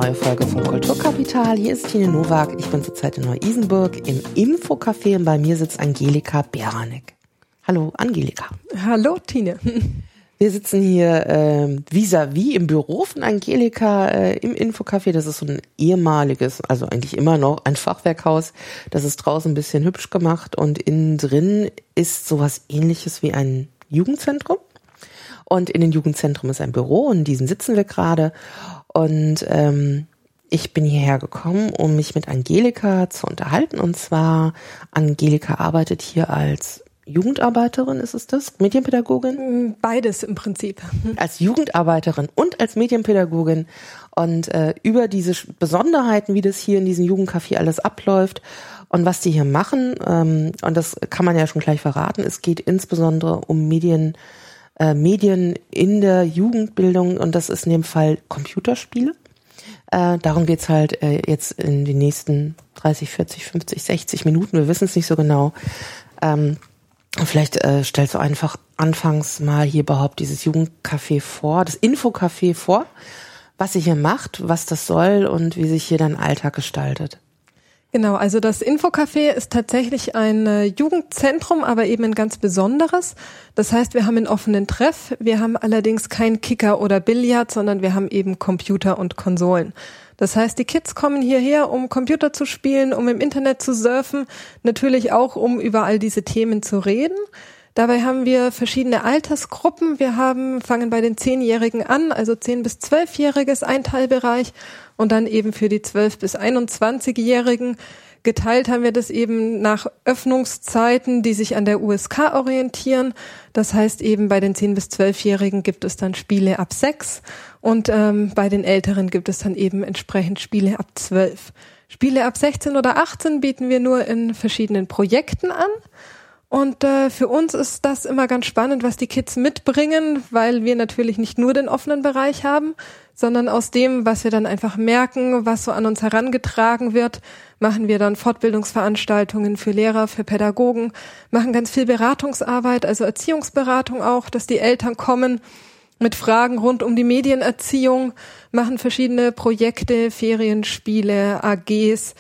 neue Folge von Kulturkapital. Hier ist Tine Nowak. Ich bin zurzeit in Neu-Isenburg im Infocafé und bei mir sitzt Angelika Beranek. Hallo Angelika. Hallo Tine. Wir sitzen hier vis-à-vis im Büro von Angelika im Infocafé. Das ist so ein ehemaliges, also eigentlich immer noch ein Fachwerkhaus. Das ist draußen ein bisschen hübsch gemacht und innen drin ist sowas Ähnliches wie ein Jugendzentrum. Und in dem Jugendzentrum ist ein Büro und in diesem sitzen wir gerade. Und ich bin hierher gekommen, um mich mit Angelika zu unterhalten. Und zwar, Angelika arbeitet hier als Jugendarbeiterin, ist es das? Medienpädagogin? Beides im Prinzip. Als Jugendarbeiterin und als Medienpädagogin. Und über diese Besonderheiten, wie das hier in diesem Jugendcafé alles abläuft und was die hier machen, und das kann man ja schon gleich verraten, es geht insbesondere um Medien in der Jugendbildung und das ist in dem Fall Computerspiele. Darum geht's halt jetzt in den nächsten 30, 40, 50, 60 Minuten. Wir wissen es nicht so genau. Vielleicht stellst du einfach anfangs mal hier überhaupt dieses Jugendcafé vor, das Infocafé vor, was ihr hier macht, was das soll und wie sich hier dein Alltag gestaltet. Genau, also das Infocafé ist tatsächlich ein Jugendzentrum, aber eben ein ganz besonderes. Das heißt, wir haben einen offenen Treff, wir haben allerdings kein Kicker oder Billard, sondern wir haben eben Computer und Konsolen. Das heißt, die Kids kommen hierher, um Computer zu spielen, um im Internet zu surfen, natürlich auch, um über all diese Themen zu reden. Dabei haben wir verschiedene Altersgruppen. Wir fangen bei den 10-Jährigen an, also 10- bis 12-Jährige ist ein Teilbereich und dann eben für die 12- bis 21-Jährigen. Geteilt haben wir das eben nach Öffnungszeiten, die sich an der USK orientieren. Das heißt eben bei den 10- bis 12-Jährigen gibt es dann Spiele ab 6 und bei den Älteren gibt es dann eben entsprechend Spiele ab 12. Spiele ab 16 oder 18 bieten wir nur in verschiedenen Projekten an. Und für uns ist das immer ganz spannend, was die Kids mitbringen, weil wir natürlich nicht nur den offenen Bereich haben, sondern aus dem, was wir dann einfach merken, was so an uns herangetragen wird, machen wir dann Fortbildungsveranstaltungen für Lehrer, für Pädagogen, machen ganz viel Beratungsarbeit, also Erziehungsberatung auch, dass die Eltern kommen mit Fragen rund um die Medienerziehung, machen verschiedene Projekte, Ferienspiele, AGs,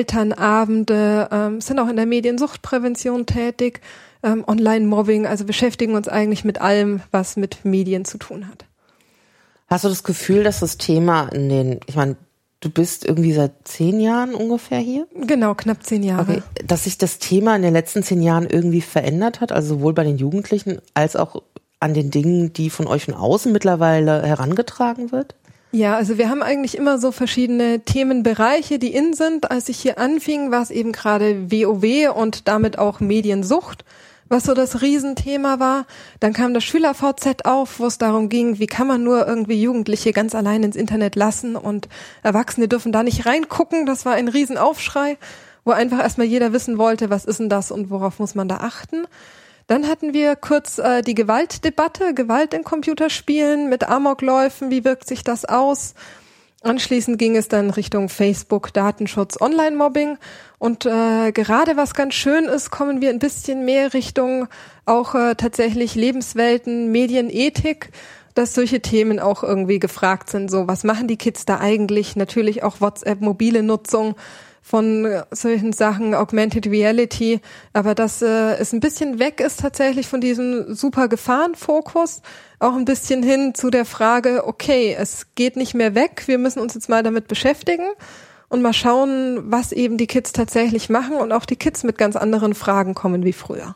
Elternabende, sind auch in der Mediensuchtprävention tätig, Online-Mobbing, also beschäftigen uns eigentlich mit allem, was mit Medien zu tun hat. Hast du das Gefühl, dass das Thema ich meine, du bist irgendwie seit 10 Jahren ungefähr hier? Genau, knapp 10 Jahre. Okay. Dass sich das Thema in den letzten 10 Jahren irgendwie verändert hat, also sowohl bei den Jugendlichen als auch an den Dingen, die von euch von außen mittlerweile herangetragen wird? Ja, also wir haben eigentlich immer so verschiedene Themenbereiche, die in sind. Als ich hier anfing, war es eben gerade WoW und damit auch Mediensucht, was so das Riesenthema war. Dann kam das Schüler-VZ auf, wo es darum ging, wie kann man nur irgendwie Jugendliche ganz allein ins Internet lassen und Erwachsene dürfen da nicht reingucken. Das war ein Riesenaufschrei, wo einfach erstmal jeder wissen wollte, was ist denn das und worauf muss man da achten. Dann hatten wir kurz die Gewaltdebatte, Gewalt in Computerspielen mit Amokläufen, wie wirkt sich das aus? Anschließend ging es dann Richtung Facebook, Datenschutz, Online-Mobbing und gerade was ganz schön ist, kommen wir ein bisschen mehr Richtung auch tatsächlich Lebenswelten, Medienethik, dass solche Themen auch irgendwie gefragt sind. So, was machen die Kids da eigentlich? Natürlich auch WhatsApp, mobile Nutzung von solchen Sachen, Augmented Reality, aber dass es ein bisschen weg ist tatsächlich von diesem super Gefahrenfokus, auch ein bisschen hin zu der Frage, okay, es geht nicht mehr weg, wir müssen uns jetzt mal damit beschäftigen und mal schauen, was eben die Kids tatsächlich machen und auch die Kids mit ganz anderen Fragen kommen wie früher.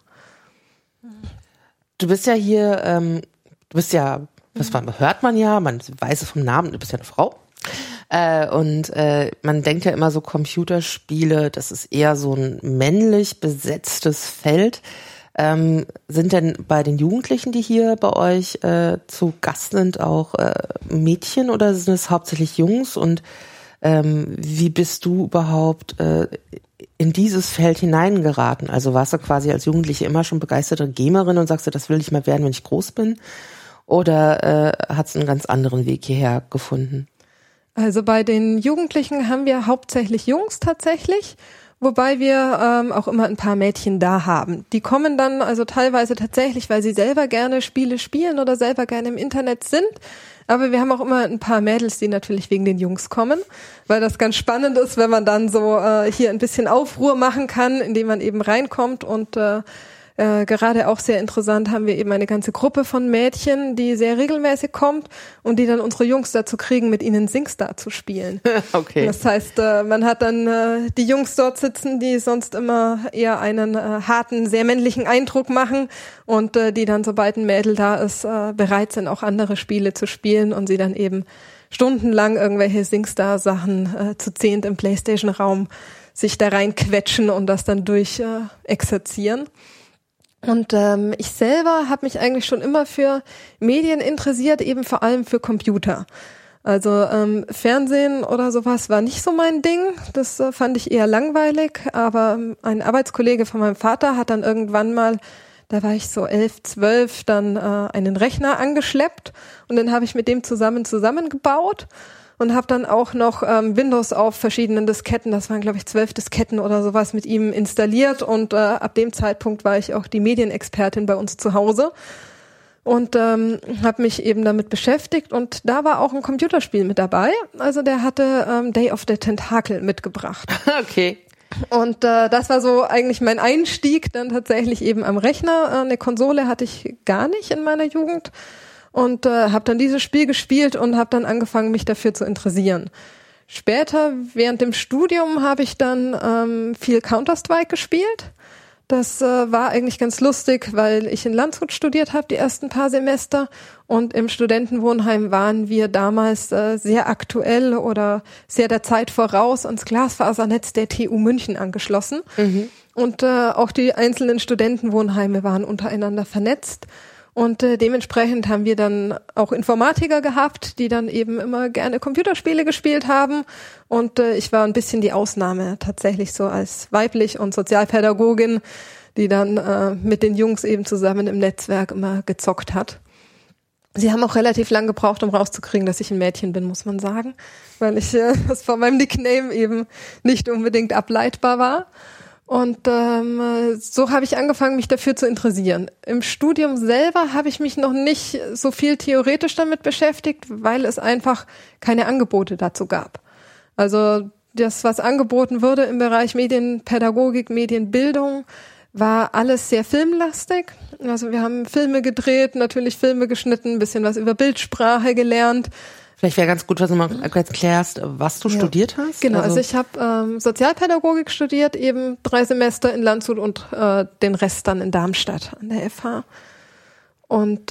Du bist ja hier, das hört man ja, man weiß es vom Namen, du bist ja eine Frau. Und man denkt ja immer so Computerspiele, das ist eher so ein männlich besetztes Feld. Sind denn bei den Jugendlichen, die hier bei euch zu Gast sind, auch Mädchen oder sind es hauptsächlich Jungs? Und wie bist du überhaupt in dieses Feld hineingeraten? Also warst du quasi als Jugendliche immer schon begeisterte Gamerin und sagst du, das will ich mal werden, wenn ich groß bin? Oder hat es einen ganz anderen Weg hierher gefunden? Also bei den Jugendlichen haben wir hauptsächlich Jungs tatsächlich wobei wir auch immer ein paar Mädchen da haben. Die kommen dann also teilweise tatsächlich, weil sie selber gerne Spiele spielen oder selber gerne im Internet sind. Aber wir haben auch immer ein paar Mädels, die natürlich wegen den Jungs kommen, weil das ganz spannend ist, wenn man dann so hier ein bisschen Aufruhr machen kann, indem man eben reinkommt. Und gerade auch sehr interessant haben wir eben eine ganze Gruppe von Mädchen, die sehr regelmäßig kommt und die dann unsere Jungs dazu kriegen, mit ihnen SingStar zu spielen. Okay. Das heißt, man hat dann die Jungs dort sitzen, die sonst immer eher einen harten, sehr männlichen Eindruck machen und die dann, sobald ein Mädel da ist, bereit sind, auch andere Spiele zu spielen und sie dann eben stundenlang irgendwelche SingStar-Sachen zu 10 im PlayStation-Raum sich da reinquetschen und das dann durch exerzieren. Und ich selber habe mich eigentlich schon immer für Medien interessiert, eben vor allem für Computer. Also Fernsehen oder sowas war nicht so mein Ding, das fand ich eher langweilig, aber ein Arbeitskollege von meinem Vater hat dann irgendwann mal, da war ich so 11, 12, dann einen Rechner angeschleppt und den habe ich mit dem zusammengebaut. Und habe dann auch noch Windows auf verschiedenen Disketten, das waren glaube ich 12 Disketten oder sowas, mit ihm installiert und ab dem Zeitpunkt war ich auch die Medienexpertin bei uns zu Hause und habe mich eben damit beschäftigt und da war auch ein Computerspiel mit dabei, also der hatte Day of the Tentacle mitgebracht. Okay. Und das war so eigentlich mein Einstieg dann tatsächlich eben am Rechner. Eine Konsole hatte ich gar nicht in meiner Jugend. Und habe dann dieses Spiel gespielt und habe dann angefangen, mich dafür zu interessieren. Später, während dem Studium, habe ich dann viel Counter-Strike gespielt. Das war eigentlich ganz lustig, weil ich in Landshut studiert habe, die ersten paar Semester. Und im Studentenwohnheim waren wir damals sehr aktuell oder sehr der Zeit voraus ans Glasfasernetz der TU München angeschlossen. Mhm. Und auch die einzelnen Studentenwohnheime waren untereinander vernetzt. Und dementsprechend haben wir dann auch Informatiker gehabt, die dann eben immer gerne Computerspiele gespielt haben. Und ich war ein bisschen die Ausnahme tatsächlich so als weiblich und Sozialpädagogin, die dann mit den Jungs eben zusammen im Netzwerk immer gezockt hat. Sie haben auch relativ lang gebraucht, um rauszukriegen, dass ich ein Mädchen bin, muss man sagen, weil ich das von meinem Nickname eben nicht unbedingt ableitbar war. Und so habe ich angefangen, mich dafür zu interessieren. Im Studium selber habe ich mich noch nicht so viel theoretisch damit beschäftigt, weil es einfach keine Angebote dazu gab. Also das, was angeboten wurde im Bereich Medienpädagogik, Medienbildung, war alles sehr filmlastig. Also wir haben Filme gedreht, natürlich Filme geschnitten, ein bisschen was über Bildsprache gelernt. Vielleicht wäre ganz gut, dass du mal erklärst, was du studiert hast. Genau, also ich habe Sozialpädagogik studiert, eben 3 Semester in Landshut und den Rest dann in Darmstadt an der FH. Und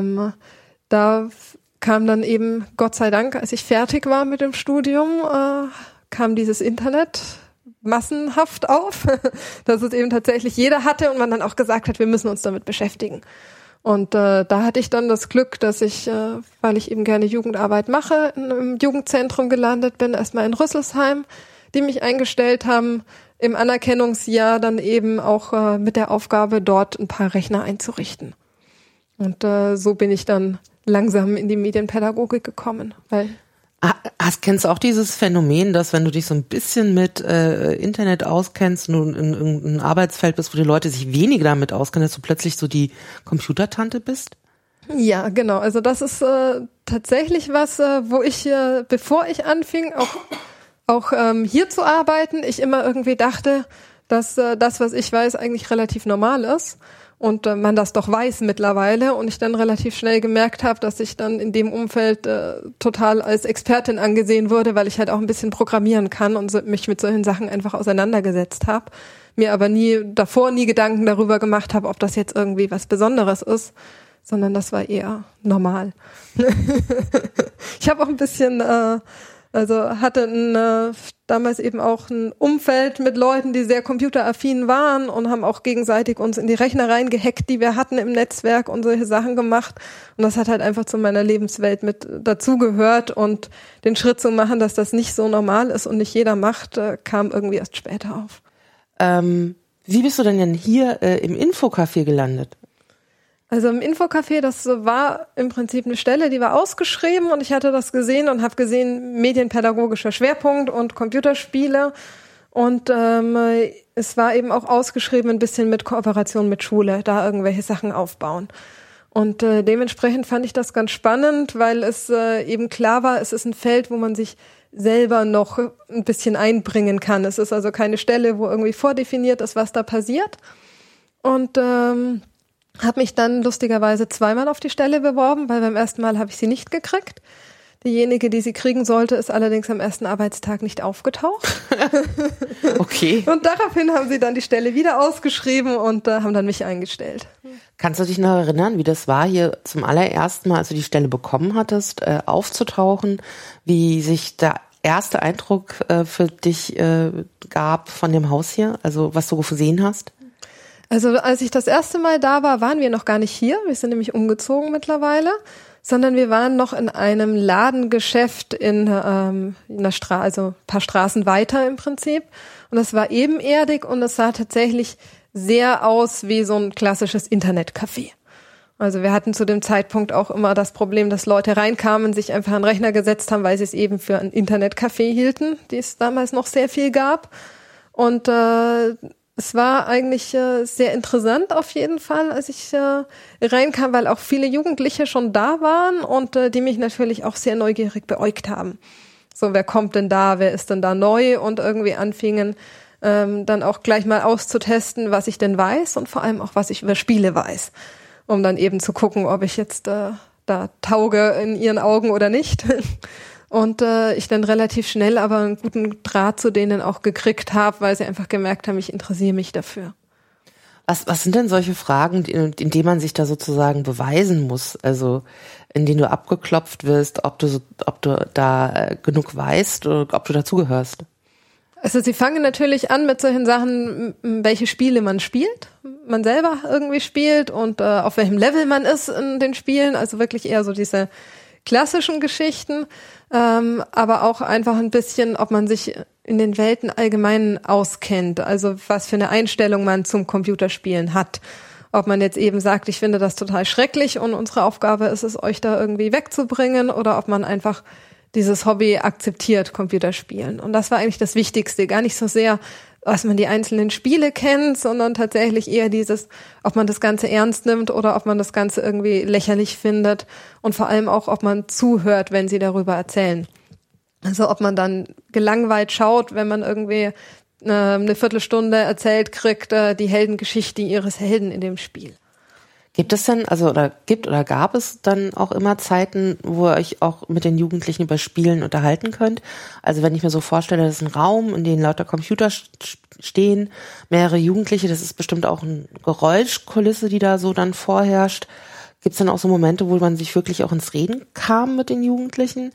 da kam dann eben, Gott sei Dank, als ich fertig war mit dem Studium, kam dieses Internet massenhaft auf, dass es eben tatsächlich jeder hatte und man dann auch gesagt hat, wir müssen uns damit beschäftigen. Und da hatte ich dann das Glück, dass ich, weil ich eben gerne Jugendarbeit mache, in einem Jugendzentrum gelandet bin, erstmal in Rüsselsheim, die mich eingestellt haben, im Anerkennungsjahr dann eben auch mit der Aufgabe, dort ein paar Rechner einzurichten. Und so bin ich dann langsam in die Medienpädagogik gekommen. Kennst du auch dieses Phänomen, dass wenn du dich so ein bisschen mit Internet auskennst, du in einem Arbeitsfeld bist, wo die Leute sich weniger damit auskennen, dass du plötzlich so die Computertante bist? Ja, genau. Also das ist tatsächlich was, wo ich, bevor ich anfing, auch hier zu arbeiten, ich immer irgendwie dachte, dass das, was ich weiß, eigentlich relativ normal ist. Und man das doch weiß mittlerweile und ich dann relativ schnell gemerkt habe, dass ich dann in dem Umfeld total als Expertin angesehen wurde, weil ich halt auch ein bisschen programmieren kann und mich mit solchen Sachen einfach auseinandergesetzt habe. Mir aber nie Gedanken darüber gemacht habe, ob das jetzt irgendwie was Besonderes ist, sondern das war eher normal. Ich habe auch ein bisschen, hatte damals eben auch ein Umfeld mit Leuten, die sehr computeraffin waren und haben auch gegenseitig uns in die Rechner reingehackt, die wir hatten im Netzwerk und solche Sachen gemacht. Und das hat halt einfach zu meiner Lebenswelt mit dazugehört und den Schritt zu machen, dass das nicht so normal ist und nicht jeder macht, kam irgendwie erst später auf. Wie bist du denn hier im Infocafé gelandet? Also im Infocafé, das war im Prinzip eine Stelle, die war ausgeschrieben und ich hatte das gesehen und habe gesehen, medienpädagogischer Schwerpunkt und Computerspiele Und es war eben auch ausgeschrieben, ein bisschen mit Kooperation mit Schule, da irgendwelche Sachen aufbauen. Und dementsprechend fand ich das ganz spannend, weil es eben klar war, es ist ein Feld, wo man sich selber noch ein bisschen einbringen kann. Es ist also keine Stelle, wo irgendwie vordefiniert ist, was da passiert. Und habe mich dann lustigerweise 2-mal auf die Stelle beworben, weil beim ersten Mal habe ich sie nicht gekriegt. Diejenige, die sie kriegen sollte, ist allerdings am ersten Arbeitstag nicht aufgetaucht. Okay. Und daraufhin haben sie dann die Stelle wieder ausgeschrieben und haben dann mich eingestellt. Kannst du dich noch erinnern, wie das war, hier zum allerersten Mal, als du die Stelle bekommen hattest, aufzutauchen, wie sich der erste Eindruck für dich gab von dem Haus hier, also was du gesehen hast? Also als ich das erste Mal da war, waren wir noch gar nicht hier. Wir sind nämlich umgezogen mittlerweile. Sondern wir waren noch in einem Ladengeschäft in einer Straße, also ein paar Straßen weiter im Prinzip. Und es war ebenerdig und es sah tatsächlich sehr aus wie so ein klassisches Internetcafé. Also wir hatten zu dem Zeitpunkt auch immer das Problem, dass Leute reinkamen, sich einfach an den Rechner gesetzt haben, weil sie es eben für ein Internetcafé hielten, die es damals noch sehr viel gab. Und es war eigentlich sehr interessant auf jeden Fall, als ich reinkam, weil auch viele Jugendliche schon da waren und die mich natürlich auch sehr neugierig beäugt haben. So, wer kommt denn da, wer ist denn da neu und irgendwie anfingen dann auch gleich mal auszutesten, was ich denn weiß und vor allem auch, was ich über Spiele weiß, um dann eben zu gucken, ob ich jetzt da tauge in ihren Augen oder nicht. Und ich dann relativ schnell aber einen guten Draht zu denen auch gekriegt habe, weil sie einfach gemerkt haben, ich interessiere mich dafür. Was sind denn solche Fragen, in denen man sich da sozusagen beweisen muss? Also in denen du abgeklopft wirst, ob du da genug weißt oder ob du dazugehörst? Also sie fangen natürlich an mit solchen Sachen, welche Spiele man spielt, man selber irgendwie spielt und auf welchem Level man ist in den Spielen. Also wirklich eher so diese klassischen Geschichten, aber auch einfach ein bisschen, ob man sich in den Welten allgemein auskennt, also was für eine Einstellung man zum Computerspielen hat. Ob man jetzt eben sagt, ich finde das total schrecklich und unsere Aufgabe ist es, euch da irgendwie wegzubringen, oder ob man einfach dieses Hobby akzeptiert, Computerspielen. Und das war eigentlich das Wichtigste, gar nicht so sehr, was man die einzelnen Spiele kennt, sondern tatsächlich eher dieses, ob man das Ganze ernst nimmt oder ob man das Ganze irgendwie lächerlich findet und vor allem auch, ob man zuhört, wenn sie darüber erzählen. Also ob man dann gelangweilt schaut, wenn man irgendwie eine Viertelstunde erzählt kriegt, die Heldengeschichte ihres Helden in dem Spiel. Gibt es denn, gab es dann auch immer Zeiten, wo ihr euch auch mit den Jugendlichen über Spielen unterhalten könnt? Also wenn ich mir so vorstelle, das ist ein Raum, in dem lauter Computer stehen, mehrere Jugendliche, das ist bestimmt auch eine Geräuschkulisse, die da so dann vorherrscht. Gibt es dann auch so Momente, wo man sich wirklich auch ins Reden kam mit den Jugendlichen?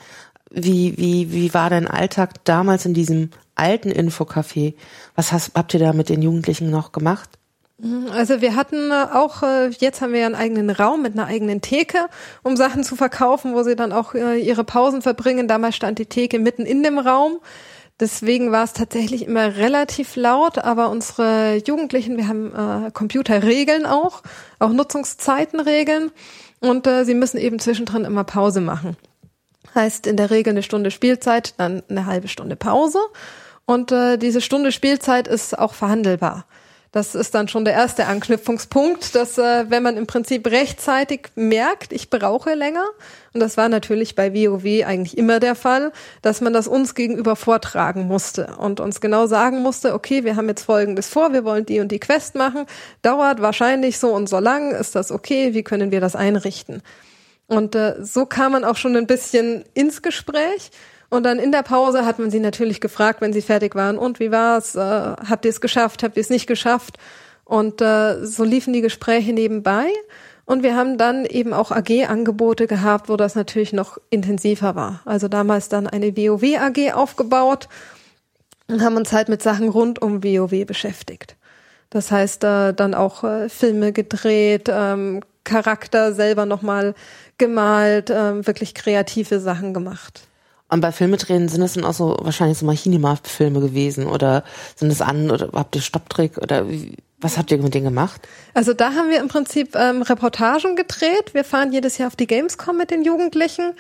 Wie war dein Alltag damals in diesem alten Infocafé? Was habt ihr da mit den Jugendlichen noch gemacht? Also wir hatten auch, jetzt haben wir ja einen eigenen Raum mit einer eigenen Theke, um Sachen zu verkaufen, wo sie dann auch ihre Pausen verbringen. Damals stand die Theke mitten in dem Raum. Deswegen war es tatsächlich immer relativ laut, aber unsere Jugendlichen, wir haben Computerregeln auch Nutzungszeitenregeln, und sie müssen eben zwischendrin immer Pause machen. Heißt in der Regel 1 Stunde Spielzeit, dann eine halbe Stunde Pause, und diese Stunde Spielzeit ist auch verhandelbar. Das ist dann schon der erste Anknüpfungspunkt, dass wenn man im Prinzip rechtzeitig merkt, ich brauche länger, und das war natürlich bei WoW eigentlich immer der Fall, dass man das uns gegenüber vortragen musste und uns genau sagen musste, okay, wir haben jetzt Folgendes vor, wir wollen die und die Quest machen, dauert wahrscheinlich so und so lang, ist das okay, wie können wir das einrichten? Und so kam man auch schon ein bisschen ins Gespräch. Und dann in der Pause hat man sie natürlich gefragt, wenn sie fertig waren, und wie war's? Habt ihr es geschafft? Habt ihr es nicht geschafft? Und so liefen die Gespräche nebenbei. Und wir haben dann eben auch AG-Angebote gehabt, wo das natürlich noch intensiver war. Also damals dann eine WoW-AG aufgebaut und haben uns halt mit Sachen rund um WoW beschäftigt. Das heißt, dann auch Filme gedreht, Charakter selber nochmal gemalt, wirklich kreative Sachen gemacht. Und bei Filmedrehen sind es dann auch so wahrscheinlich so Machinima-Filme gewesen, oder sind es oder habt ihr Stopptrick, oder was habt ihr mit denen gemacht? Also da haben wir im Prinzip Reportagen gedreht. Wir fahren jedes Jahr auf die Gamescom mit den Jugendlichen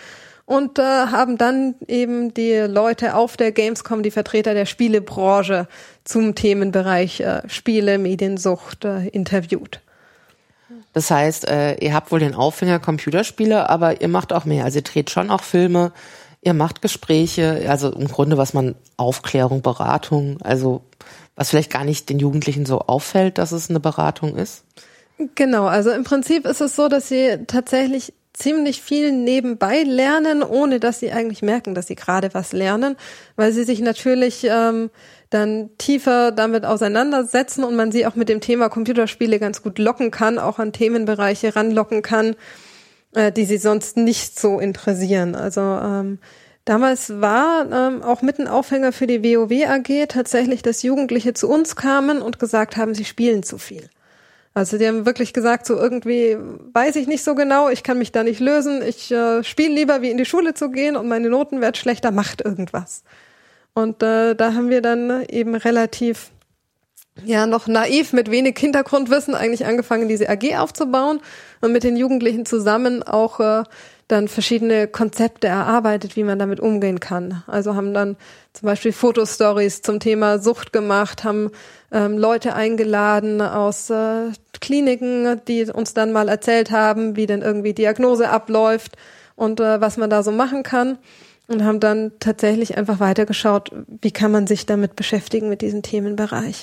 und haben dann eben die Leute auf der Gamescom, die Vertreter der Spielebranche zum Themenbereich Spiele, Mediensucht interviewt. Das heißt, ihr habt wohl den Aufhänger Computerspiele, aber ihr macht auch mehr. Also ihr dreht schon auch Filme, ihr macht Gespräche, also im Grunde was man Aufklärung, Beratung, also was vielleicht gar nicht den Jugendlichen so auffällt, dass es eine Beratung ist. Genau, also im Prinzip ist es so, dass sie tatsächlich ziemlich viel nebenbei lernen, ohne dass sie eigentlich merken, dass sie gerade was lernen, weil sie sich natürlich dann tiefer damit auseinandersetzen und man sie auch mit dem Thema Computerspiele ganz gut locken kann, auch an Themenbereiche ranlocken kann, die sie sonst nicht so interessieren. Also damals war auch mit ein Aufhänger für die WoW AG tatsächlich, dass Jugendliche zu uns kamen und gesagt haben, sie spielen zu viel. Also die haben wirklich gesagt, so irgendwie weiß ich nicht so genau, ich kann mich da nicht lösen, ich spiele lieber, wie in die Schule zu gehen und meine Noten werden schlechter, macht irgendwas. Und da haben wir dann eben relativ noch naiv mit wenig Hintergrundwissen eigentlich angefangen, diese AG aufzubauen und mit den Jugendlichen zusammen auch dann verschiedene Konzepte erarbeitet, wie man damit umgehen kann. Also haben dann zum Beispiel Fotostories zum Thema Sucht gemacht, haben Leute eingeladen aus Kliniken, die uns dann mal erzählt haben, wie denn irgendwie Diagnose abläuft und was man da so machen kann. Und haben dann tatsächlich einfach weitergeschaut, wie kann man sich damit beschäftigen mit diesem Themenbereich.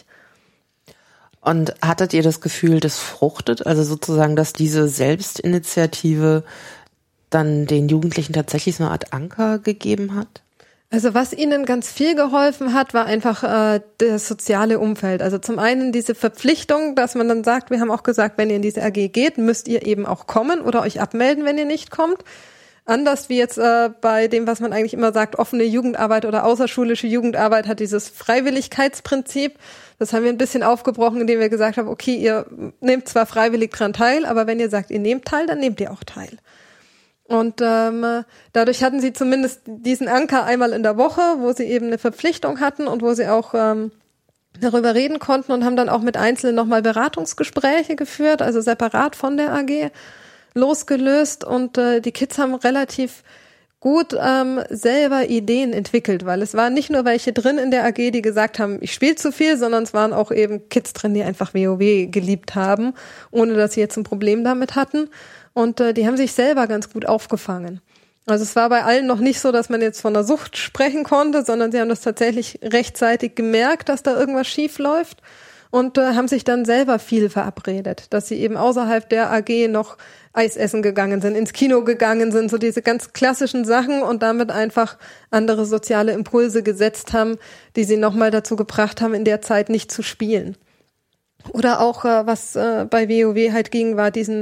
Und hattet ihr das Gefühl, das fruchtet? Also sozusagen, dass diese Selbstinitiative dann den Jugendlichen tatsächlich so eine Art Anker gegeben hat? Also was ihnen ganz viel geholfen hat, war einfach das soziale Umfeld. Also zum einen diese Verpflichtung, dass man dann sagt, wir haben auch gesagt, wenn ihr in diese AG geht, müsst ihr eben auch kommen oder euch abmelden, wenn ihr nicht kommt. Anders wie jetzt bei dem, was man eigentlich immer sagt, offene Jugendarbeit oder außerschulische Jugendarbeit hat dieses Freiwilligkeitsprinzip. Das haben wir ein bisschen aufgebrochen, indem wir gesagt haben, okay, ihr nehmt zwar freiwillig dran teil, aber wenn ihr sagt, ihr nehmt teil, dann nehmt ihr auch teil. Und dadurch hatten sie zumindest diesen Anker einmal in der Woche, wo sie eben eine Verpflichtung hatten und wo sie auch darüber reden konnten und haben dann auch mit Einzelnen nochmal Beratungsgespräche geführt, also separat von der AG losgelöst. Und die Kids haben relativ gut selber Ideen entwickelt, weil es waren nicht nur welche drin in der AG, die gesagt haben, ich spiele zu viel, sondern es waren auch eben Kids drin, die einfach WoW geliebt haben, ohne dass sie jetzt ein Problem damit hatten. Und die haben sich selber ganz gut aufgefangen. Also es war bei allen noch nicht so, dass man jetzt von einer Sucht sprechen konnte, sondern sie haben das tatsächlich rechtzeitig gemerkt, dass da irgendwas schief läuft und haben sich dann selber viel verabredet, dass sie eben außerhalb der AG noch Eis essen gegangen sind, ins Kino gegangen sind, so diese ganz klassischen Sachen und damit einfach andere soziale Impulse gesetzt haben, die sie nochmal dazu gebracht haben, in der Zeit nicht zu spielen. Oder auch, was bei WoW halt ging, war diesen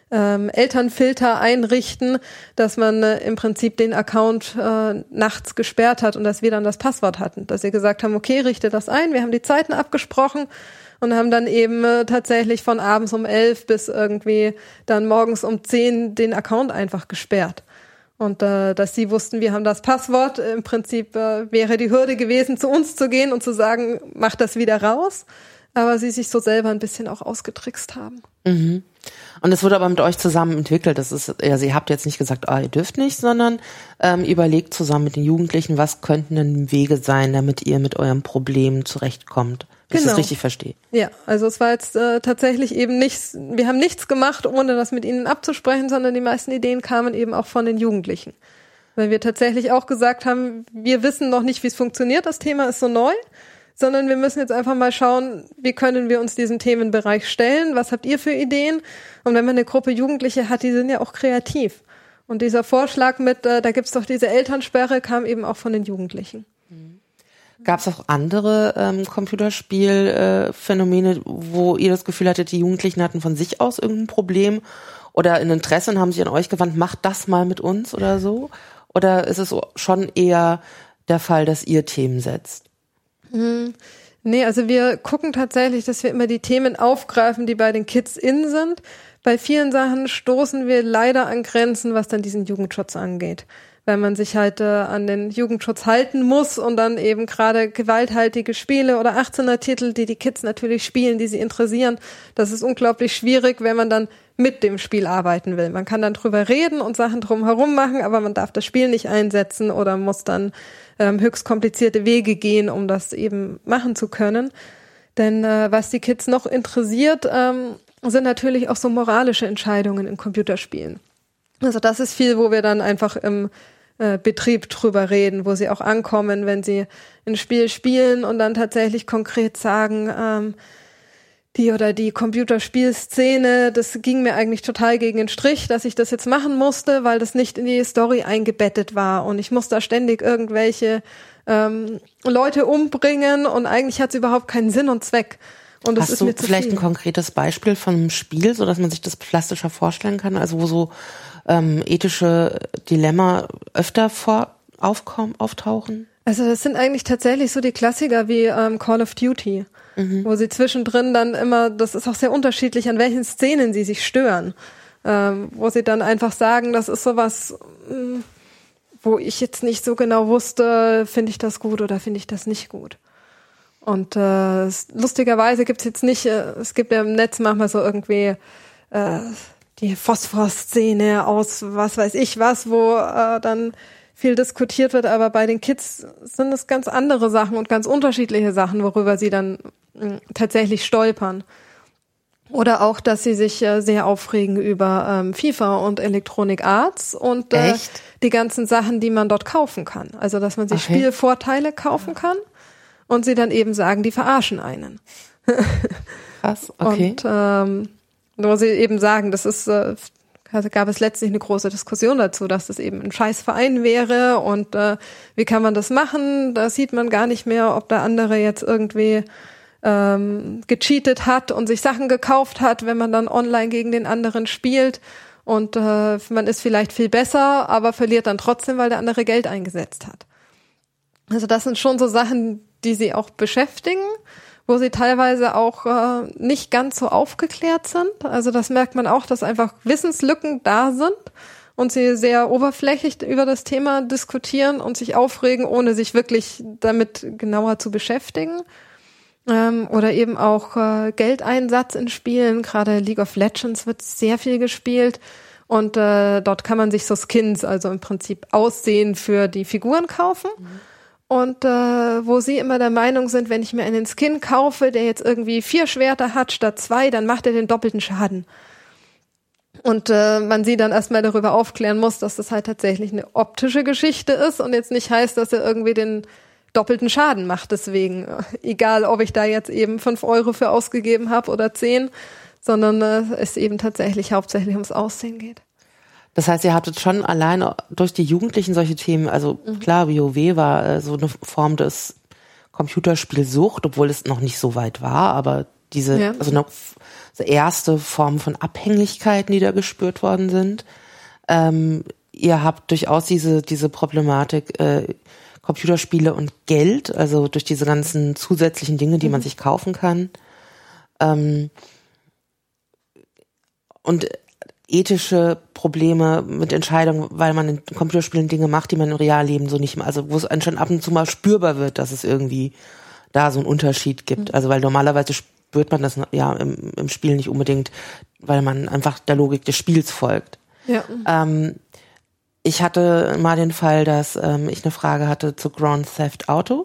Elternfilter einrichten, dass man im Prinzip den Account nachts gesperrt hat und dass wir dann das Passwort hatten. Dass wir gesagt haben, okay, richte das ein, wir haben die Zeiten abgesprochen und haben dann eben tatsächlich von abends um 11 bis irgendwie dann morgens um 10 den Account einfach gesperrt. Und dass sie wussten, wir haben das Passwort, im Prinzip wäre die Hürde gewesen, zu uns zu gehen und zu sagen, mach das wieder raus. Aber sie sich so selber ein bisschen auch ausgetrickst haben. Mhm. Und es wurde aber mit euch zusammen entwickelt. Das ist, also ihr habt jetzt nicht gesagt, ihr dürft nicht, sondern überlegt zusammen mit den Jugendlichen, was könnten denn Wege sein, damit ihr mit eurem Problem zurechtkommt. Wenn ich das richtig verstehe. Ja, also es war jetzt tatsächlich eben nichts, wir haben nichts gemacht, ohne das mit ihnen abzusprechen, sondern die meisten Ideen kamen eben auch von den Jugendlichen. Weil wir tatsächlich auch gesagt haben, wir wissen noch nicht, wie es funktioniert, das Thema ist so neu. Sondern wir müssen jetzt einfach mal schauen, wie können wir uns diesem Themenbereich stellen, was habt ihr für Ideen? Und wenn man eine Gruppe Jugendliche hat, die sind ja auch kreativ. Und dieser Vorschlag mit, da gibt's doch diese Elternsperre, kam eben auch von den Jugendlichen. Gab es auch andere Computerspielphänomene, wo ihr das Gefühl hattet, die Jugendlichen hatten von sich aus irgendein Problem oder ein Interesse und haben sich an euch gewandt, macht das mal mit uns oder so? Oder ist es schon eher der Fall, dass ihr Themen setzt? Nee, also wir gucken tatsächlich, dass wir immer die Themen aufgreifen, die bei den Kids in sind. Bei vielen Sachen stoßen wir leider an Grenzen, was dann diesen Jugendschutz angeht. weil man sich halt an den Jugendschutz halten muss und dann eben gerade gewalthaltige Spiele oder 18er-Titel, die Kids natürlich spielen, die sie interessieren, das ist unglaublich schwierig, wenn man dann mit dem Spiel arbeiten will. Man kann dann drüber reden und Sachen drumherum machen, aber man darf das Spiel nicht einsetzen oder muss dann höchst komplizierte Wege gehen, um das eben machen zu können. Denn was die Kids noch interessiert, sind natürlich auch so moralische Entscheidungen in Computerspielen. Also das ist viel, wo wir dann einfach im Betrieb drüber reden, wo sie auch ankommen, wenn sie ein Spiel spielen und dann tatsächlich konkret sagen, die oder die Computerspielszene, das ging mir eigentlich total gegen den Strich, dass ich das jetzt machen musste, weil das nicht in die Story eingebettet war und ich muss da ständig irgendwelche Leute umbringen und eigentlich hat es überhaupt keinen Sinn und Zweck. Und das ist mir zu viel. Hast du vielleicht ein konkretes Beispiel von einem Spiel, so dass man sich das plastischer vorstellen kann, also wo so ethische Dilemma öfter auftauchen? Also das sind eigentlich tatsächlich so die Klassiker wie Call of Duty, wo sie zwischendrin dann immer, das ist auch sehr unterschiedlich, an welchen Szenen sie sich stören, wo sie dann einfach sagen, das ist sowas, wo ich jetzt nicht so genau wusste, finde ich das gut oder finde ich das nicht gut. Und lustigerweise gibt's jetzt nicht, es gibt ja im Netz manchmal so irgendwie die Phosphor-Szene aus was weiß ich was, wo dann viel diskutiert wird, aber bei den Kids sind es ganz andere Sachen und ganz unterschiedliche Sachen, worüber sie dann tatsächlich stolpern. Oder auch, dass sie sich sehr aufregen über FIFA und Electronic Arts und die ganzen Sachen, die man dort kaufen kann. Also, dass man sich Spielvorteile kaufen kann und sie dann eben sagen, die verarschen einen. Krass, okay. Und wo sie eben sagen, das ist gab es letztlich eine große Diskussion dazu, dass das eben ein Scheißverein wäre und wie kann man das machen? Da sieht man gar nicht mehr, ob der andere jetzt irgendwie gecheatet hat und sich Sachen gekauft hat, wenn man dann online gegen den anderen spielt und man ist vielleicht viel besser, aber verliert dann trotzdem, weil der andere Geld eingesetzt hat. Also das sind schon so Sachen, die sie auch beschäftigen, wo sie teilweise auch nicht ganz so aufgeklärt sind. Also das merkt man auch, dass einfach Wissenslücken da sind und sie sehr oberflächlich über das Thema diskutieren und sich aufregen, ohne sich wirklich damit genauer zu beschäftigen. Oder eben auch Geldeinsatz in Spielen. Gerade League of Legends wird sehr viel gespielt und dort kann man sich so Skins, also im Prinzip Aussehen für die Figuren kaufen. Und wo sie immer der Meinung sind, wenn ich mir einen Skin kaufe, der jetzt irgendwie 4 Schwerter hat statt 2, dann macht er den doppelten Schaden. Und man sie dann erstmal darüber aufklären muss, dass das halt tatsächlich eine optische Geschichte ist und jetzt nicht heißt, dass er irgendwie den doppelten Schaden macht deswegen. Egal, ob ich da jetzt eben 5 Euro für ausgegeben habe oder 10, sondern es eben tatsächlich hauptsächlich ums Aussehen geht. Das heißt, ihr hattet schon alleine durch die Jugendlichen solche Themen, also klar, WoW war so eine Form des Computerspielsucht, obwohl es noch nicht so weit war, aber also eine erste Form von Abhängigkeiten, die da gespürt worden sind. Ihr habt durchaus diese Problematik Computerspiele und Geld, also durch diese ganzen zusätzlichen Dinge, die man sich kaufen kann. Und ethische Probleme mit Entscheidungen, weil man in Computerspielen Dinge macht, die man im Realleben so nicht mehr, also wo es anscheinend ab und zu mal spürbar wird, dass es irgendwie da so einen Unterschied gibt. Also weil normalerweise spürt man das ja im Spiel nicht unbedingt, weil man einfach der Logik des Spiels folgt. Ja. Ich hatte mal den Fall, dass ich eine Frage hatte zu Grand Theft Auto,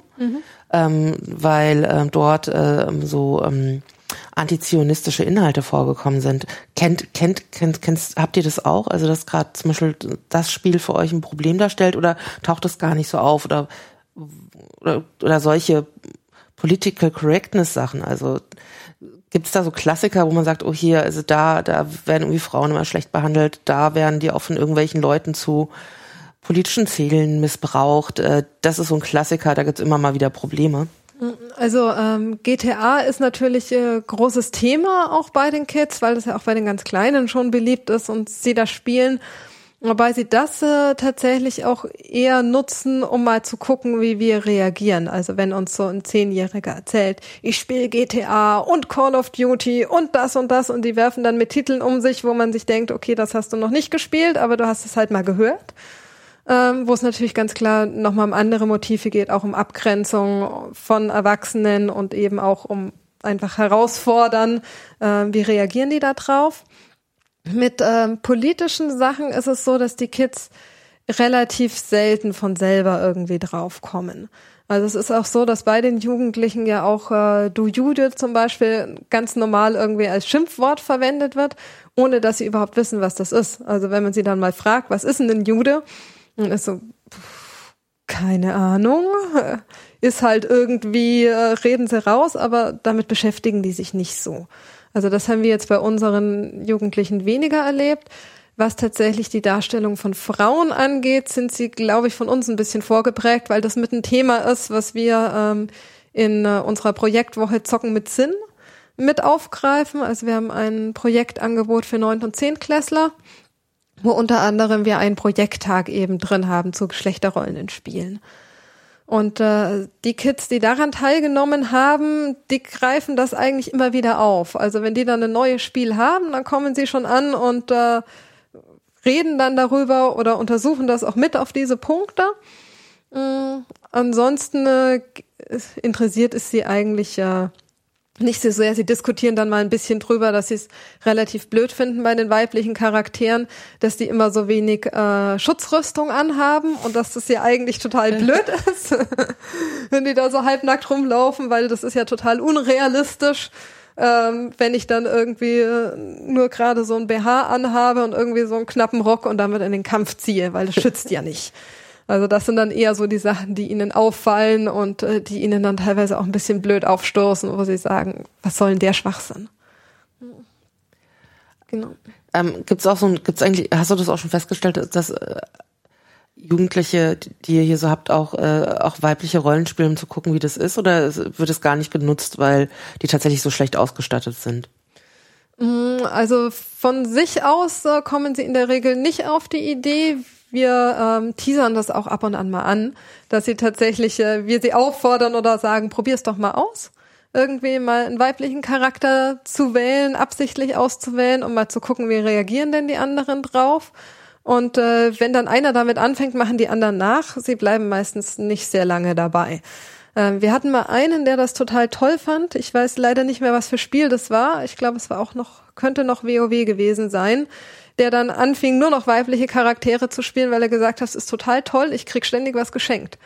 weil dort antizionistische Inhalte vorgekommen sind. Habt ihr das auch? Also, dass gerade zum Beispiel das Spiel für euch ein Problem darstellt oder taucht das gar nicht so auf oder solche Political Correctness Sachen? Also, gibt es da so Klassiker, wo man sagt, oh hier, also da werden irgendwie Frauen immer schlecht behandelt, da werden die auch von irgendwelchen Leuten zu politischen Zielen missbraucht. Das ist so ein Klassiker, da gibt es immer mal wieder Probleme. Also GTA ist natürlich großes Thema auch bei den Kids, weil das ja auch bei den ganz Kleinen schon beliebt ist und sie das spielen. Wobei sie das tatsächlich auch eher nutzen, um mal zu gucken, wie wir reagieren. Also wenn uns so ein 10-Jähriger erzählt, ich spiele GTA und Call of Duty und das und die werfen dann mit Titeln um sich, wo man sich denkt, okay, das hast du noch nicht gespielt, aber du hast es halt mal gehört. wo es natürlich ganz klar nochmal um andere Motive geht, auch um Abgrenzung von Erwachsenen und eben auch um einfach herausfordern, wie reagieren die da drauf. Mit politischen Sachen ist es so, dass die Kids relativ selten von selber irgendwie draufkommen. Also es ist auch so, dass bei den Jugendlichen ja auch du Jude zum Beispiel ganz normal irgendwie als Schimpfwort verwendet wird, ohne dass sie überhaupt wissen, was das ist. Also wenn man sie dann mal fragt, was ist denn ein Jude? Und ist so, keine Ahnung, ist halt irgendwie, reden sie raus, aber damit beschäftigen die sich nicht so. Also das haben wir jetzt bei unseren Jugendlichen weniger erlebt. Was tatsächlich die Darstellung von Frauen angeht, sind sie, glaube ich, von uns ein bisschen vorgeprägt, weil das mit ein Thema ist, was wir in unserer Projektwoche Zocken mit Sinn mit aufgreifen. Also wir haben ein Projektangebot für 9- und 10-Klässler, wo unter anderem wir einen Projekttag eben drin haben zu Geschlechterrollen in Spielen. Und die Kids, die daran teilgenommen haben, die greifen das eigentlich immer wieder auf. Also wenn die dann ein neues Spiel haben, dann kommen sie schon an und reden dann darüber oder untersuchen das auch mit auf diese Punkte. Ansonsten interessiert es sie eigentlich nicht so sehr. Sie diskutieren dann mal ein bisschen drüber, dass sie es relativ blöd finden bei den weiblichen Charakteren, dass die immer so wenig Schutzrüstung anhaben und dass das ja eigentlich total blöd ist, wenn die da so halbnackt rumlaufen, weil das ist ja total unrealistisch. Wenn ich dann irgendwie nur gerade so ein BH anhabe und irgendwie so einen knappen Rock und damit in den Kampf ziehe, weil das schützt ja nicht. Also das sind dann eher so die Sachen, die ihnen auffallen und die ihnen dann teilweise auch ein bisschen blöd aufstoßen, wo sie sagen, was soll denn der Schwachsinn? Genau. Gibt's eigentlich, hast du das auch schon festgestellt, dass Jugendliche, die ihr hier so habt, auch weibliche Rollen spielen, um zu gucken, wie das ist? Oder wird es gar nicht genutzt, weil die tatsächlich so schlecht ausgestattet sind? Also von sich aus kommen sie in der Regel nicht auf die Idee. Wir teasern das auch ab und an mal an, dass sie tatsächlich, wir sie auffordern oder sagen, probier's doch mal aus. Irgendwie mal einen weiblichen Charakter zu wählen, absichtlich auszuwählen, um mal zu gucken, wie reagieren denn die anderen drauf. Und wenn dann einer damit anfängt, machen die anderen nach. Sie bleiben meistens nicht sehr lange dabei. Wir hatten mal einen, der das total toll fand. Ich weiß leider nicht mehr, was für Spiel das war. Ich glaube, es war auch könnte noch WoW gewesen sein, der dann anfing, nur noch weibliche Charaktere zu spielen, weil er gesagt hat, es ist total toll, ich krieg ständig was geschenkt.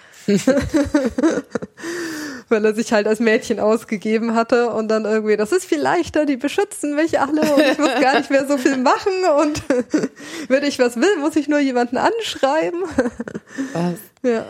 Weil er sich halt als Mädchen ausgegeben hatte und dann irgendwie, das ist viel leichter, die beschützen mich alle und ich muss gar nicht mehr so viel machen und wenn ich was will, muss ich nur jemanden anschreiben. Was? Ja.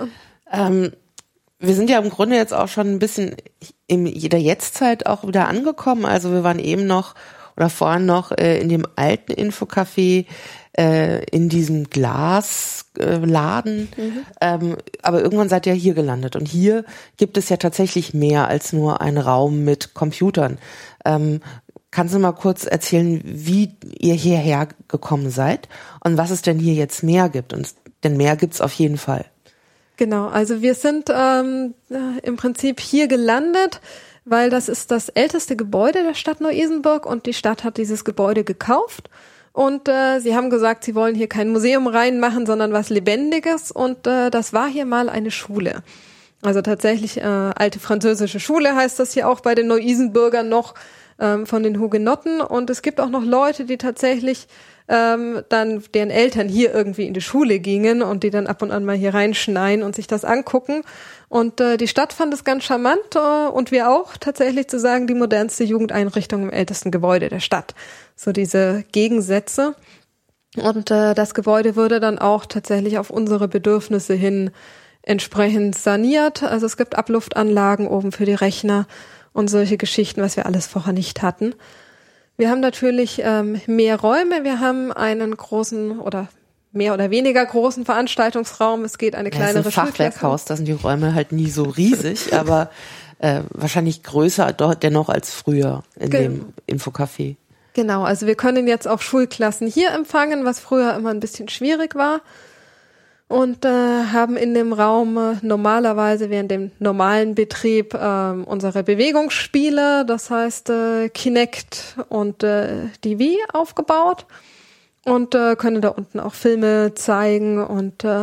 Wir sind ja im Grunde jetzt auch schon ein bisschen in der Jetztzeit auch wieder angekommen. Also wir waren eben noch oder vorhin noch in dem alten Infocafé in diesem Glasladen. Aber irgendwann seid ihr hier gelandet. Und hier gibt es ja tatsächlich mehr als nur einen Raum mit Computern. Kannst du mal kurz erzählen, wie ihr hierher gekommen seid und was es denn hier jetzt mehr gibt? Denn mehr gibt's auf jeden Fall. Genau, also wir sind im Prinzip hier gelandet, weil das ist das älteste Gebäude der Stadt Neu-Isenburg und die Stadt hat dieses Gebäude gekauft und sie haben gesagt, sie wollen hier kein Museum reinmachen, sondern was Lebendiges und das war hier mal eine Schule. Also tatsächlich alte französische Schule heißt das hier auch bei den Neu-Isenburgern noch von den Hugenotten und es gibt auch noch Leute, die tatsächlich dann deren Eltern hier irgendwie in die Schule gingen und die dann ab und an mal hier reinschneien und sich das angucken. Und die Stadt fand es ganz charmant und wir auch tatsächlich zu sagen, die modernste Jugendeinrichtung im ältesten Gebäude der Stadt. So diese Gegensätze. Und das Gebäude wurde dann auch tatsächlich auf unsere Bedürfnisse hin entsprechend saniert. Also es gibt Abluftanlagen oben für die Rechner und solche Geschichten, was wir alles vorher nicht hatten. Wir haben natürlich mehr Räume. Wir haben einen großen oder mehr oder weniger großen Veranstaltungsraum. Es geht eine kleinere Schulklasse. Das ist ein Fachwerkhaus, da sind die Räume halt nie so riesig, aber wahrscheinlich größer dennoch als früher in dem Infocafé. Genau, also wir können jetzt auch Schulklassen hier empfangen, was früher immer ein bisschen schwierig war. Und haben in dem Raum normalerweise während dem normalen Betrieb unsere Bewegungsspiele, das heißt Kinect und die Wii aufgebaut und können da unten auch Filme zeigen und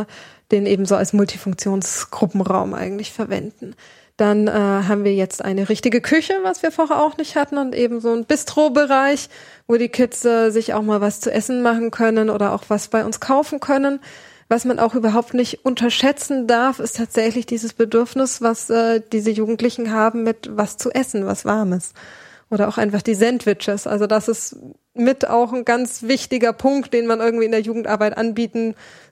den eben so als Multifunktionsgruppenraum eigentlich verwenden. Dann haben wir jetzt eine richtige Küche, was wir vorher auch nicht hatten, und eben so ein Bistro-Bereich, wo die Kids sich auch mal was zu essen machen können oder auch was bei uns kaufen können. Was man auch überhaupt nicht unterschätzen darf, ist tatsächlich dieses Bedürfnis, was diese Jugendlichen haben mit was zu essen, was Warmes. Oder auch einfach die Sandwiches. Also das ist mit auch ein ganz wichtiger Punkt, den man irgendwie in der Jugendarbeit anbieten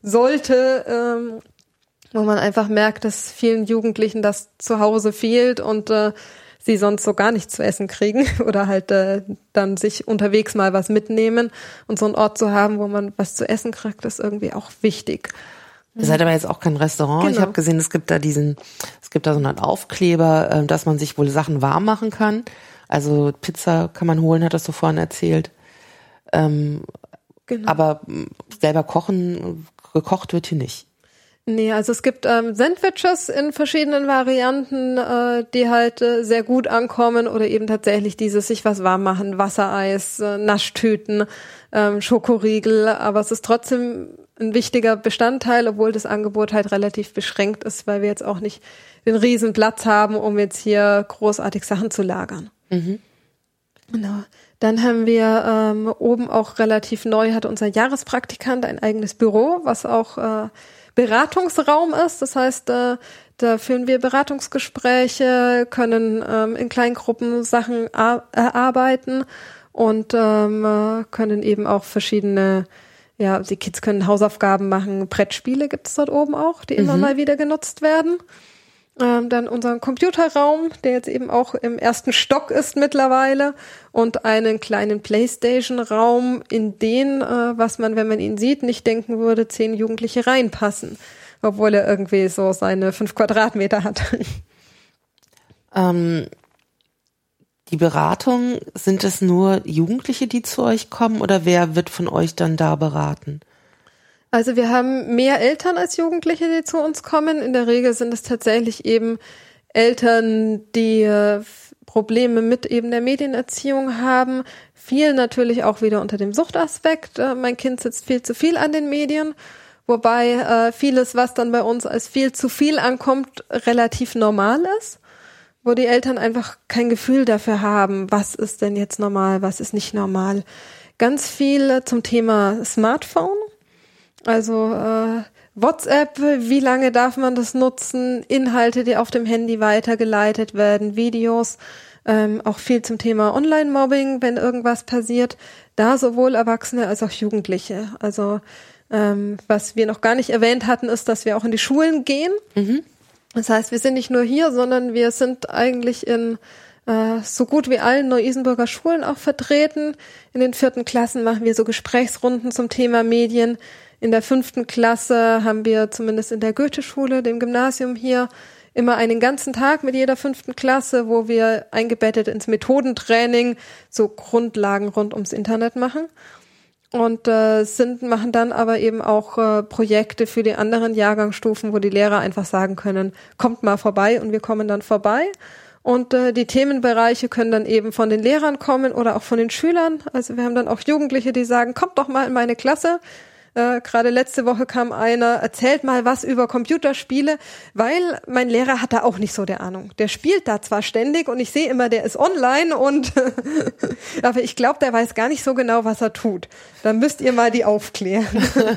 sollte, wo man einfach merkt, dass vielen Jugendlichen das zu Hause fehlt und sie sonst so gar nichts zu essen kriegen oder halt dann sich unterwegs mal was mitnehmen, und so einen Ort zu haben, wo man was zu essen kriegt, ist irgendwie auch wichtig. Ihr seid aber jetzt auch kein Restaurant. Genau. Ich habe gesehen, es gibt da so einen Aufkleber, dass man sich wohl Sachen warm machen kann. Also Pizza kann man holen, hattest du vorhin erzählt. Genau. Aber selber gekocht wird hier nicht. Nee, also es gibt Sandwiches in verschiedenen Varianten, die halt sehr gut ankommen, oder eben tatsächlich dieses sich was warm machen, Wassereis, Naschtüten, Schokoriegel, aber es ist trotzdem ein wichtiger Bestandteil, obwohl das Angebot halt relativ beschränkt ist, weil wir jetzt auch nicht den riesen Platz haben, um jetzt hier großartig Sachen zu lagern. Mhm. Genau. Dann haben wir oben auch relativ neu, hat unser Jahrespraktikant ein eigenes Büro, was auch Beratungsraum ist. Das heißt, da führen wir Beratungsgespräche, können in kleinen Gruppen Sachen erarbeiten und können eben auch verschiedene, ja, die Kids können Hausaufgaben machen, Brettspiele gibt es dort oben auch, die immer mal wieder genutzt werden. Dann unseren Computerraum, der jetzt eben auch im 1. Stock ist mittlerweile, und einen kleinen Playstation-Raum, in den, was man, wenn man ihn sieht, nicht denken würde, 10 Jugendliche reinpassen, obwohl er irgendwie so seine 5 Quadratmeter hat. Die Beratung, sind es nur Jugendliche, die zu euch kommen, oder wer wird von euch dann da beraten? Also wir haben mehr Eltern als Jugendliche, die zu uns kommen. In der Regel sind es tatsächlich eben Eltern, die Probleme mit eben der Medienerziehung haben. Viel natürlich auch wieder unter dem Suchtaspekt. Mein Kind sitzt viel zu viel an den Medien, wobei vieles, was dann bei uns als viel zu viel ankommt, relativ normal ist, wo die Eltern einfach kein Gefühl dafür haben, was ist denn jetzt normal, was ist nicht normal. Ganz viel zum Thema Smartphone. Also WhatsApp, wie lange darf man das nutzen? Inhalte, die auf dem Handy weitergeleitet werden, Videos, auch viel zum Thema Online-Mobbing, wenn irgendwas passiert. Da sowohl Erwachsene als auch Jugendliche. Also was wir noch gar nicht erwähnt hatten, ist, dass wir auch in die Schulen gehen. Mhm. Das heißt, wir sind nicht nur hier, sondern wir sind eigentlich in so gut wie allen Neu-Isenburger Schulen auch vertreten. In den 4. Klassen machen wir so Gesprächsrunden zum Thema Medien. In der 5. Klasse haben wir zumindest in der Goethe-Schule, dem Gymnasium hier, immer einen ganzen Tag mit jeder 5. Klasse, wo wir eingebettet ins Methodentraining so Grundlagen rund ums Internet machen. Und machen dann aber eben auch Projekte für die anderen Jahrgangsstufen, wo die Lehrer einfach sagen können, kommt mal vorbei, und wir kommen dann vorbei. Und die Themenbereiche können dann eben von den Lehrern kommen oder auch von den Schülern. Also wir haben dann auch Jugendliche, die sagen, kommt doch mal in meine Klasse. Gerade letzte Woche kam einer, erzählt mal was über Computerspiele, weil mein Lehrer hat da auch nicht so der Ahnung. Der spielt da zwar ständig und ich sehe immer, der ist online, und aber ich glaube, der weiß gar nicht so genau, was er tut. Dann müsst ihr mal die aufklären.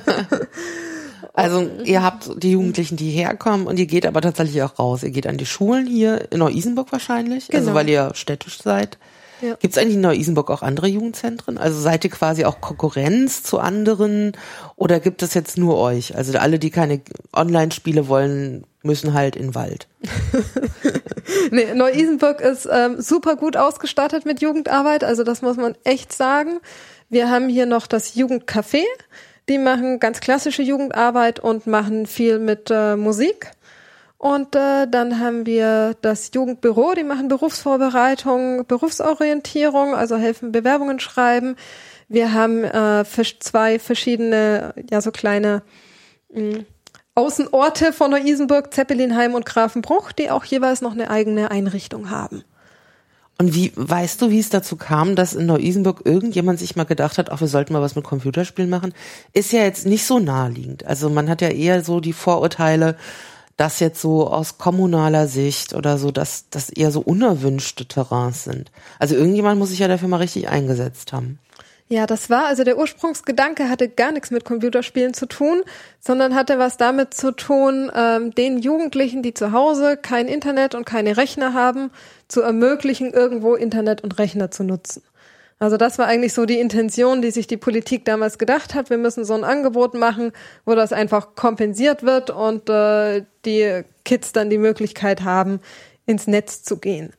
Also ihr habt die Jugendlichen, die herkommen, und ihr geht aber tatsächlich auch raus. Ihr geht an die Schulen hier in Neu-Isenburg wahrscheinlich, genau. Also weil ihr städtisch seid. Ja. Gibt es eigentlich in Neu-Isenburg auch andere Jugendzentren? Also seid ihr quasi auch Konkurrenz zu anderen, oder gibt es jetzt nur euch? Also alle, die keine Online-Spiele wollen, müssen halt in den Wald. Nee, Neu-Isenburg ist super gut ausgestattet mit Jugendarbeit, also das muss man echt sagen. Wir haben hier noch das Jugendcafé, die machen ganz klassische Jugendarbeit und machen viel mit Musik. Und dann haben wir das Jugendbüro, die machen Berufsvorbereitung, Berufsorientierung, also helfen Bewerbungen schreiben. Wir haben 2 verschiedene, ja, so kleine Außenorte von Neu-Isenburg, Zeppelinheim und Grafenbruch, die auch jeweils noch eine eigene Einrichtung haben. Und weißt du, wie es dazu kam, dass in Neu-Isenburg irgendjemand sich mal gedacht hat, ach, wir sollten mal was mit Computerspielen machen? Ist ja jetzt nicht so naheliegend. Also man hat ja eher so die Vorurteile, dass jetzt so aus kommunaler Sicht oder so, dass das eher so unerwünschte Terrains sind. Also irgendjemand muss sich ja dafür mal richtig eingesetzt haben. Ja, also der Ursprungsgedanke hatte gar nichts mit Computerspielen zu tun, sondern hatte was damit zu tun, den Jugendlichen, die zu Hause kein Internet und keine Rechner haben, zu ermöglichen, irgendwo Internet und Rechner zu nutzen. Also das war eigentlich so die Intention, die sich die Politik damals gedacht hat. Wir müssen so ein Angebot machen, wo das einfach kompensiert wird und die Kids dann die Möglichkeit haben, ins Netz zu gehen.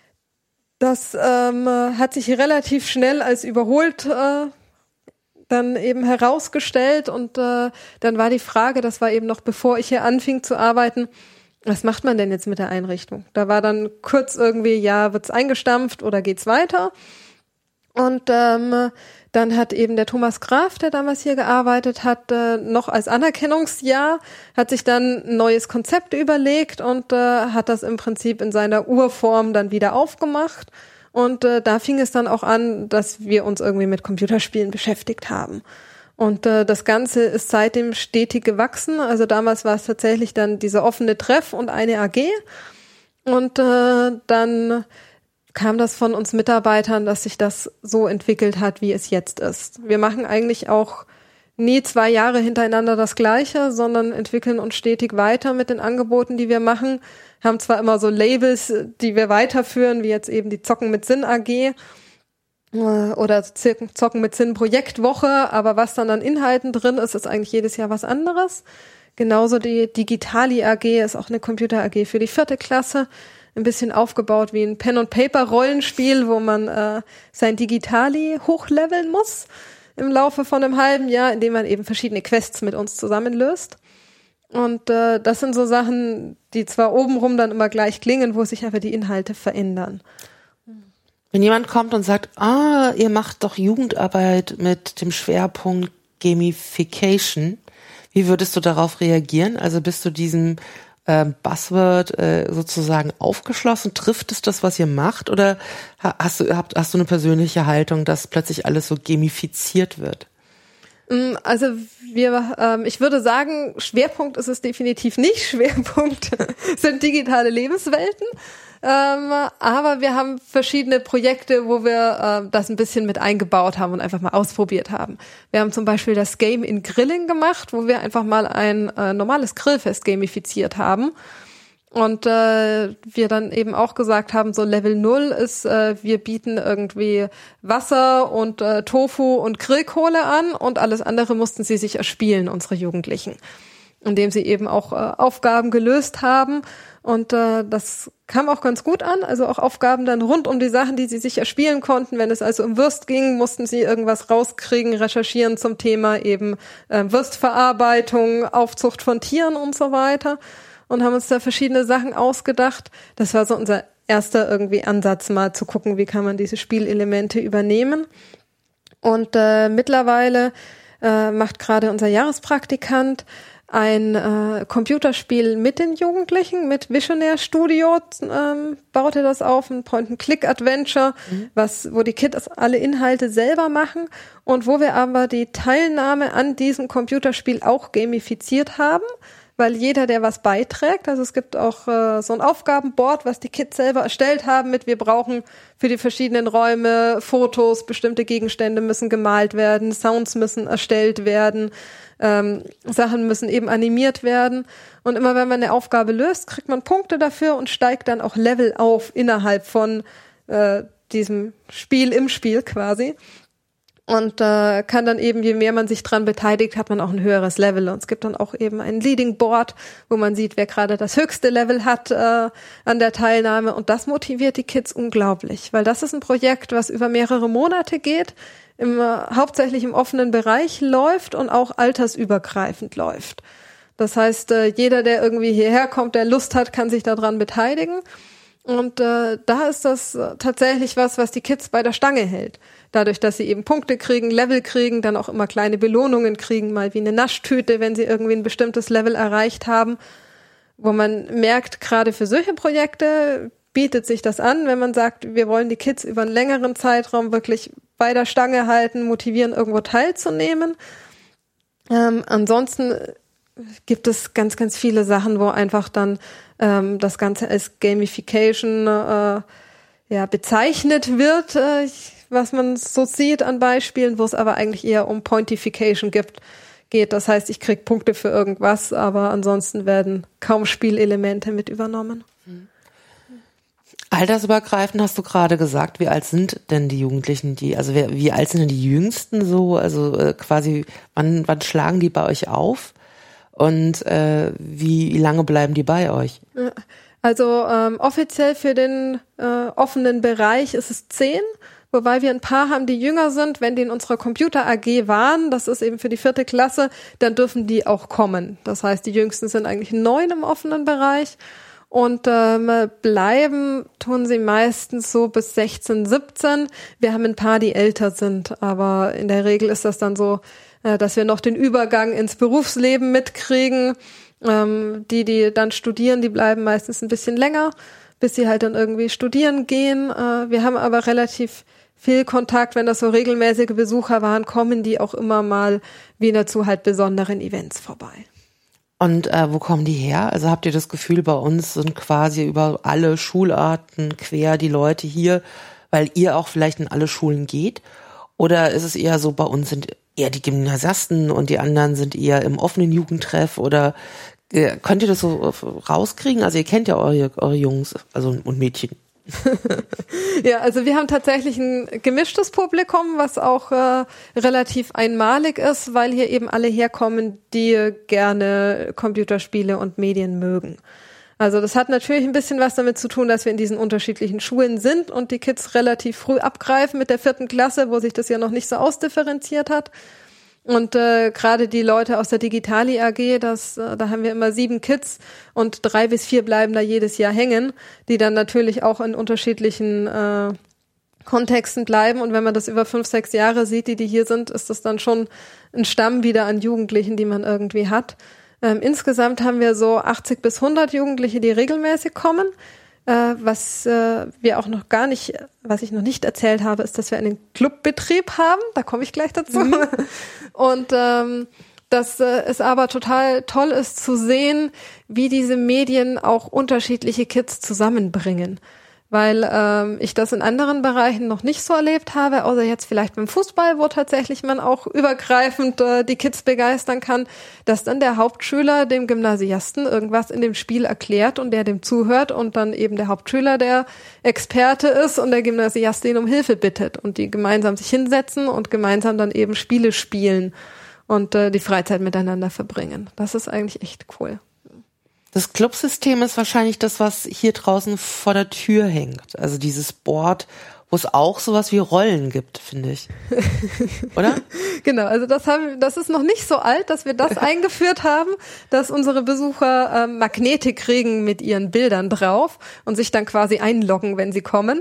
Das hat sich relativ schnell als überholt dann eben herausgestellt und dann war die Frage, das war eben noch bevor ich hier anfing zu arbeiten, was macht man denn jetzt mit der Einrichtung? Da war dann kurz irgendwie, ja, wird's eingestampft oder geht's weiter? Und dann hat eben der Thomas Graf, der damals hier gearbeitet hat, noch als Anerkennungsjahr, hat sich dann ein neues Konzept überlegt und hat das im Prinzip in seiner Urform dann wieder aufgemacht. Und da fing es dann auch an, dass wir uns irgendwie mit Computerspielen beschäftigt haben. Und das Ganze ist seitdem stetig gewachsen. Also damals war es tatsächlich dann dieser offene Treff und eine AG. Und dann kam das von uns Mitarbeitern, dass sich das so entwickelt hat, wie es jetzt ist. Wir machen eigentlich auch nie 2 Jahre hintereinander das Gleiche, sondern entwickeln uns stetig weiter mit den Angeboten, die wir machen. Haben zwar immer so Labels, die wir weiterführen, wie jetzt eben die Zocken mit Sinn AG oder Zocken mit Sinn Projektwoche, aber was dann an Inhalten drin ist, ist eigentlich jedes Jahr was anderes. Genauso die Digitali AG ist auch eine Computer AG für die 4. Klasse. Ein bisschen aufgebaut wie ein Pen-and-Paper-Rollenspiel, wo man sein Digitali hochleveln muss im Laufe von einem halben Jahr, indem man eben verschiedene Quests mit uns zusammenlöst. Und das sind so Sachen, die zwar obenrum dann immer gleich klingen, wo sich aber die Inhalte verändern. Wenn jemand kommt und sagt, ihr macht doch Jugendarbeit mit dem Schwerpunkt Gamification, wie würdest du darauf reagieren? Also bist du diesem Buzzword sozusagen aufgeschlossen? Trifft es das, was ihr macht? Oder hast du eine persönliche Haltung, dass plötzlich alles so gamifiziert wird? Also ich würde sagen, Schwerpunkt ist es definitiv nicht. Schwerpunkt sind digitale Lebenswelten. Aber wir haben verschiedene Projekte, wo wir das ein bisschen mit eingebaut haben und einfach mal ausprobiert haben. Wir haben zum Beispiel das Game in Grilling gemacht, wo wir einfach mal ein normales Grillfest gamifiziert haben. Und wir dann eben auch gesagt haben, so Level 0 ist, wir bieten irgendwie Wasser und Tofu und Grillkohle an und alles andere mussten sie sich erspielen, unsere Jugendlichen. Indem sie eben auch Aufgaben gelöst haben. Und das kam auch ganz gut an, also auch Aufgaben dann rund um die Sachen, die sie sich erspielen konnten. Wenn es also um Würst ging, mussten sie irgendwas rauskriegen, recherchieren zum Thema eben Würstverarbeitung, Aufzucht von Tieren und so weiter. Und haben uns da verschiedene Sachen ausgedacht. Das war so unser erster irgendwie Ansatz, mal zu gucken, wie kann man diese Spielelemente übernehmen. Und mittlerweile macht gerade unser Jahrespraktikant ein Computerspiel mit den Jugendlichen, mit Visionär Studio baut er das auf, ein Point-and-Click-Adventure, wo die Kids alle Inhalte selber machen und wo wir aber die Teilnahme an diesem Computerspiel auch gamifiziert haben, weil jeder, der was beiträgt, also es gibt auch so ein Aufgabenboard, was die Kids selber erstellt haben wir brauchen für die verschiedenen Räume Fotos, bestimmte Gegenstände müssen gemalt werden, Sounds müssen erstellt werden, Sachen müssen eben animiert werden und immer wenn man eine Aufgabe löst, kriegt man Punkte dafür und steigt dann auch Level auf innerhalb von diesem Spiel im Spiel quasi. Und kann dann eben, je mehr man sich dran beteiligt, hat man auch ein höheres Level. Und es gibt dann auch eben ein Leading Board, wo man sieht, wer gerade das höchste Level hat an der Teilnahme. Und das motiviert die Kids unglaublich, weil das ist ein Projekt, was über mehrere Monate geht, hauptsächlich im offenen Bereich läuft und auch altersübergreifend läuft. Das heißt, jeder, der irgendwie hierher kommt, der Lust hat, kann sich daran beteiligen. Und da ist das tatsächlich was die Kids bei der Stange hält. Dadurch, dass sie eben Punkte kriegen, Level kriegen, dann auch immer kleine Belohnungen kriegen, mal wie eine Naschtüte, wenn sie irgendwie ein bestimmtes Level erreicht haben, wo man merkt, gerade für solche Projekte bietet sich das an, wenn man sagt, wir wollen die Kids über einen längeren Zeitraum wirklich bei der Stange halten, motivieren, irgendwo teilzunehmen. Ansonsten gibt es ganz, ganz viele Sachen, wo einfach dann das Ganze als Gamification bezeichnet wird, was man so sieht an Beispielen, wo es aber eigentlich eher um Pointification geht. Das heißt, ich kriege Punkte für irgendwas, aber ansonsten werden kaum Spielelemente mit übernommen. Altersübergreifend hast du gerade gesagt, wie alt sind denn die Jugendlichen, wie alt sind denn die Jüngsten so? Also quasi, wann schlagen die bei euch auf? Und wie lange bleiben die bei euch? Also offiziell für den offenen Bereich ist es 10, wobei wir ein paar haben, die jünger sind. Wenn die in unserer Computer AG waren, das ist eben für die 4. Klasse, dann dürfen die auch kommen. Das heißt, die Jüngsten sind eigentlich 9 im offenen Bereich. Und bleiben tun sie meistens so bis 16, 17. Wir haben ein paar, die älter sind, aber in der Regel ist das dann so, dass wir noch den Übergang ins Berufsleben mitkriegen. Die dann studieren, die bleiben meistens ein bisschen länger, bis sie halt dann irgendwie studieren gehen. Wir haben aber relativ viel Kontakt, wenn das so regelmäßige Besucher waren, kommen die auch immer mal wieder zu halt besonderen Events vorbei. Und wo kommen die her? Also habt ihr das Gefühl, bei uns sind quasi über alle Schularten quer die Leute hier, weil ihr auch vielleicht in alle Schulen geht? Oder ist es eher so, bei uns sind eher die Gymnasiasten und die anderen sind eher im offenen Jugendtreff? Oder könnt ihr das so rauskriegen? Also ihr kennt ja eure Jungs und Mädchen. Ja, also wir haben tatsächlich ein gemischtes Publikum, was auch relativ einmalig ist, weil hier eben alle herkommen, die gerne Computerspiele und Medien mögen. Also das hat natürlich ein bisschen was damit zu tun, dass wir in diesen unterschiedlichen Schulen sind und die Kids relativ früh abgreifen mit der 4. Klasse, wo sich das ja noch nicht so ausdifferenziert hat. Und gerade die Leute aus der Digitali AG, da haben wir immer 7 Kids und 3 bis 4 bleiben da jedes Jahr hängen, die dann natürlich auch in unterschiedlichen Kontexten bleiben. Und wenn man das über 5, 6 Jahre sieht, die hier sind, ist das dann schon ein Stamm wieder an Jugendlichen, die man irgendwie hat. Insgesamt haben wir so 80 bis 100 Jugendliche, die regelmäßig kommen. Was wir auch noch gar nicht, was ich noch nicht erzählt habe, ist, dass wir einen Clubbetrieb haben. Da komme ich gleich dazu. Und dass es aber total toll ist zu sehen, wie diese Medien auch unterschiedliche Kids zusammenbringen. Weil ich das in anderen Bereichen noch nicht so erlebt habe, außer jetzt vielleicht beim Fußball, wo tatsächlich man auch übergreifend die Kids begeistern kann, dass dann der Hauptschüler dem Gymnasiasten irgendwas in dem Spiel erklärt und der dem zuhört und dann eben der Hauptschüler der Experte ist und der Gymnasiast ihn um Hilfe bittet und die gemeinsam sich hinsetzen und gemeinsam dann eben Spiele spielen und die Freizeit miteinander verbringen. Das ist eigentlich echt cool. Das Clubsystem ist wahrscheinlich das, was hier draußen vor der Tür hängt. Also dieses Board, wo es auch sowas wie Rollen gibt, finde ich. Oder? Genau, also das ist noch nicht so alt, dass wir das eingeführt haben, dass unsere Besucher Magnete kriegen mit ihren Bildern drauf und sich dann quasi einloggen, wenn sie kommen.